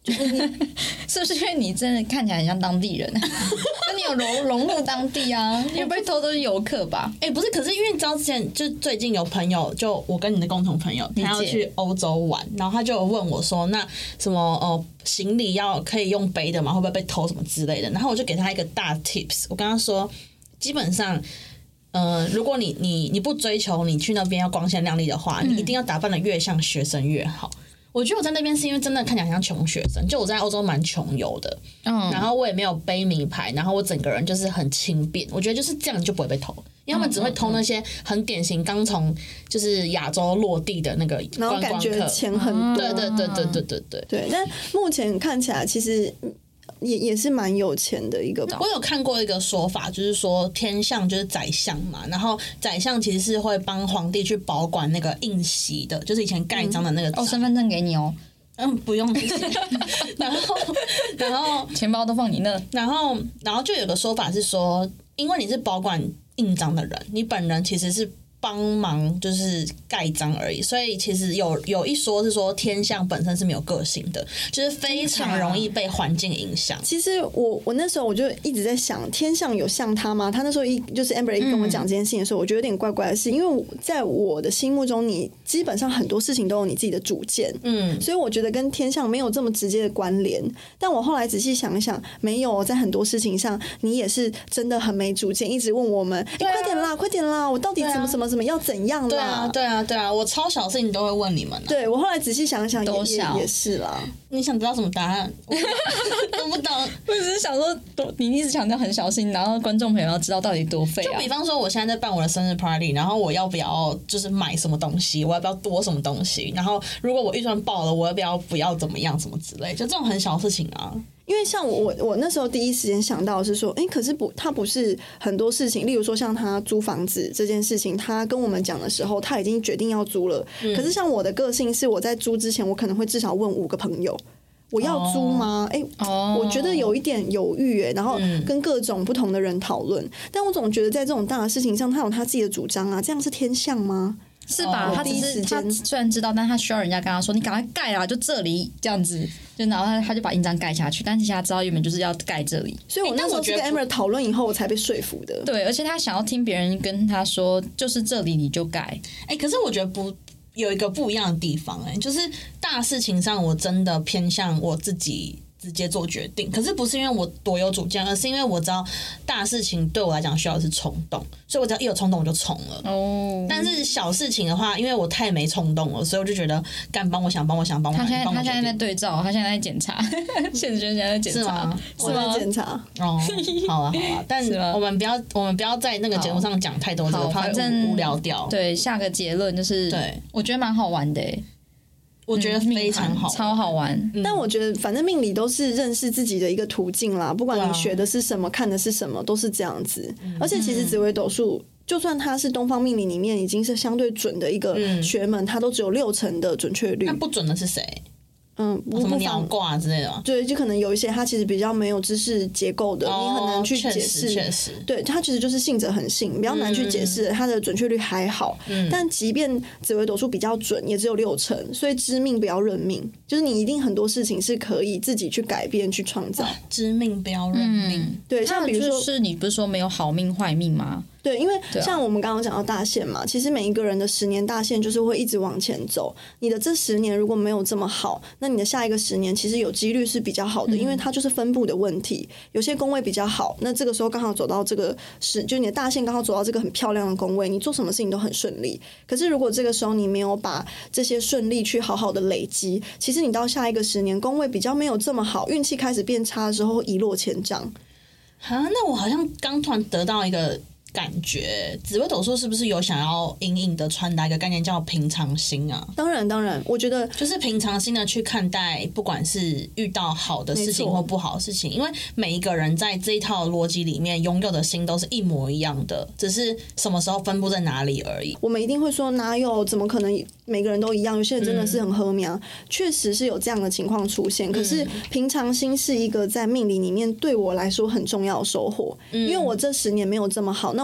是不是因为你真的看起来很像当地人？那你有融入当地啊？因为被偷都是游客吧？ 不是，可是因为你知道之前就最近有朋友，就我跟你的共同朋友，他要去欧洲玩，然后他就有问我说，那什么行李可以用背的吗？会不会被偷什么之类的？然后我就给他一个大 tips， 我跟他说，基本上。如果你不追求你去那边要光鲜亮丽的话，你一定要打扮的越像学生越好。我觉得我在那边是因为真的看起来像穷学生，就我在欧洲蛮穷游的，然后我也没有背名牌，然后我整个人就是很轻便。我觉得就是这样就不会被偷，因为他们只会偷那些很典型刚从就是亚洲落地的那个观光客， 然后感觉钱很多。 对， 但目前看起来其实。也是蛮有钱的一个。 我有看过一个说法，就是说天象就是宰相嘛，然后宰相其实是会帮皇帝去保管那个印玺的，就是以前盖章的那个身份证给你哦。 不用这些。然后钱包都放你那。 然后就有个说法是说，因为你是保管印章的人，你本人其实是。帮忙就是盖章而已，所以其实有一说是说天象本身是没有个性的，就是非常容易被环境影响。 其实我那时候我就一直在想，天象有像他吗？他那时候就是 Amber 跟我讲这件事情的时候，我觉得有点怪怪的是，因为在我的心目中，你基本上很多事情都有你自己的主见，所以我觉得跟天象没有这么直接的关联。但我后来仔细想一想，没有，在很多事情上，你也是真的很没主见，一直问我们，快点啦，快点啦，我到底怎么要怎样啦？ 对啊，我超小事情都会问你们。 对，我后来仔细想一想，也是啦。 你想知道什么答案？我不懂。 我只是想说，你一直强调很小心，然后观众朋友要知道到底多废啊。 就比方说，我现在在办我的生日 party， 然后我要不要就是买什么东西，我要不要多什么东西，然后如果我预算爆了，我要不要怎么样，什么之类，就这种很小的事情啊。 因为像我那时候第一时间想到的是说，可是他不是很多事情，例如说像他租房子这件事情，他跟我们讲的时候，他已经决定要租了。可是像我的个性是，我在租之前，我可能会至少问5个朋友。我要租吗？我觉得有一点犹豫然后跟各种不同的人讨论，但我总觉得在这种大的事情上，他有他自己的主张啊，这样是天象吗？ 是吧？他虽然知道，但他需要人家跟他说：“你赶快盖啦，就这里这样子。”就然后他就把印章盖下去，但其实他知道原本就是要盖这里。 所以我那时候是跟 Amber 讨论以后，我才被说服的。 对，而且他想要听别人跟他说，就是这里你就盖。 可是我觉得有一个不一样的地方，就是大事情上我真的偏向我自己。直接做决定，可是不是因为我多有主见，而是因为我知道大事情对我来讲需要的是冲动，所以我只要一有冲动我就冲了。但是小事情的话，因为我太没冲动了，所以我就觉得干帮我想。他现在在对照，他现在在检查，现在在检查， 是吗？ 我在检查。 好啊，但我们不要在那个节目上讲太多这个，怕无聊掉。 对，下个结论就是，对，我觉得蛮好玩的。 我觉得非常好， 超好玩。 但我觉得反正命理都是认识自己的一个途径啦，不管你学的是什么，看的是什么，都是这样子。而且其实紫微斗数，就算它是东方命理里面已经是相对准的一个学门，它都只有60%的准确率。 那不准的是谁？ 什么鸟卦之类的吗？ 对，就可能有一些它其实比较没有知识结构的，你很难去解释。 确实， 对，它其实就是信者恒信，比较难去解释，它的准确率还好。但即便紫微斗数比较准，也只有60%，所以知命不要认命，就是你一定很多事情是可以自己去改变、去创造。 知命不要认命， 对，像比如说， 是你不是说没有好命坏命吗？ 对，因为像我们刚刚讲到大限嘛，其实每一个人的10年大限就是会一直往前走。你的这10年如果没有这么好，那你的下一个10年其实有几率是比较好的，因为它就是分布的问题。有些宫位比较好，那这个时候刚好走到这个就你的大限刚好走到这个很漂亮的宫位，你做什么事情都很顺利。可是如果这个时候你没有把这些顺利去好好的累积，其实你到下一个10年宫位比较没有这么好，运气开始变差的时候一落千丈。 那我好像刚突然得到一个感觉，紫微斗数是不是有想要隐隐的传达一个概念叫平常心啊？ 当然，我觉得就是平常心的去看待，不管是遇到好的事情或不好的事情，因为每一个人在这一套逻辑里面拥有的心都是一模一样的，只是什么时候分布在哪里而已。 我们一定会说哪有，怎么可能每个人都一样？有些人真的是很和苗，确实是有这样的情况出现。可是平常心是一个在命理里面对我来说很重要的收获，因为我这10年没有这么好，那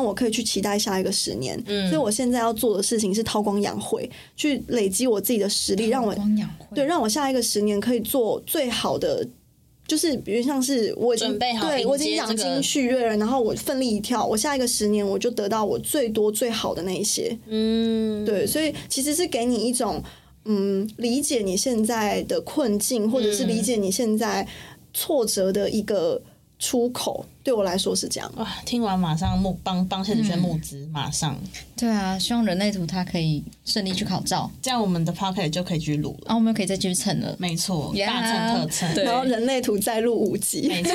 让我可以去期待下一个10年。所以我现在要做的事情是韬光养晦，去累积我自己的实力，让我让我下一个10年可以做最好的。就是比如像是我已经准备好， 对我已经养精蓄锐了，然后我奋力一跳，我下一个10年我就得到我最多最好的那一些。对，所以其实是给你一种理解你现在的困境，或者是理解你现在挫折的一个出口。对我来说是这样。 哇，听完马上帮谢子轩募资，马上。 对啊，希望人类图它可以顺利去考照， 这样我们的 podcast 就可以继续录了。 我们可以再继续蹭了。 没错， Yeah 大蹭特蹭。 然后人类图再录5集。 没错。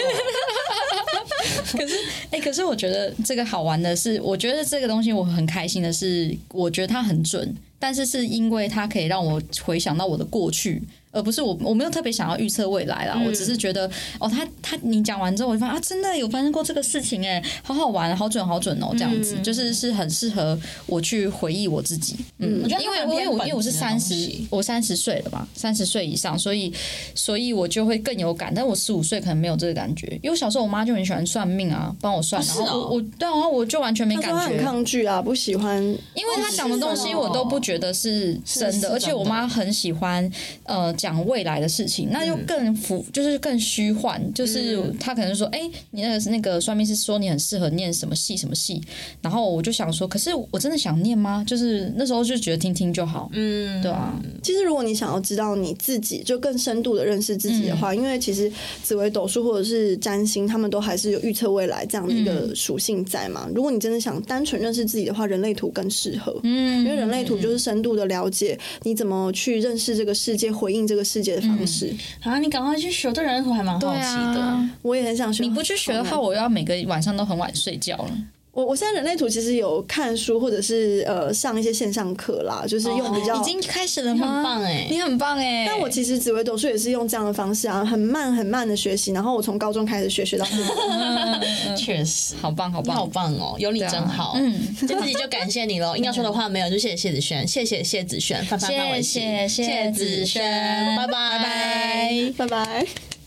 可是我觉得这个好玩的是，我觉得这个东西我很开心的是，我觉得它很准，但是是因为它可以让我回想到我的过去，而不是我没有特别想要预测未来啦。我只是觉得你讲完之后，我就发现真的有发生过这个事情好好玩，好准好准哦，这样子就是很适合我去回忆我自己。 我觉得因为我是30岁了嘛，30岁以上，所以我就会更有感。但我15岁可能没有这个感觉，因为小时候我妈就很喜欢算命啊，帮我算，然后然后我就完全没感觉， 很抗拒啊，不喜欢， 因为她讲的东西我都不觉得是真的，而且我妈很喜欢讲未来的事情，那就就是更虚幻，就是她可能说，你那个算命师说你很适合念什么系什么系，然后我就想说，可是我真的想念吗？就是那时候就觉得听听就好，对啊。 其实如果你想要知道你自己，就更深度的认识自己的话，因为其实紫微斗数或者是占星，他们都还是有预测未来这样的一个属性在嘛。如果你真的想单纯认识自己的话，人类图更适合，因为人类图就是深度的了解你怎么去认识这个世界，回应这个世界的方式。 你赶快去学，对人类图还蛮好奇的。 我也很想学。 你不去学的话，我要每个晚上都很晚睡觉了。 我现在人类图其实有看书，或者是上一些线上课啦，就是用比较已经开始了吗？ 很棒你很棒但我其实紫微斗数也是用这样的方式啊，很慢的学习，然后我从高中开始学到现在。 确实， 好棒好棒， 好棒哦！有你真好。这集就感谢你了。硬要说的话没有，就谢谢谢子轩，谢谢谢子轩，范范范玮琪， 谢谢子轩， 拜拜拜拜。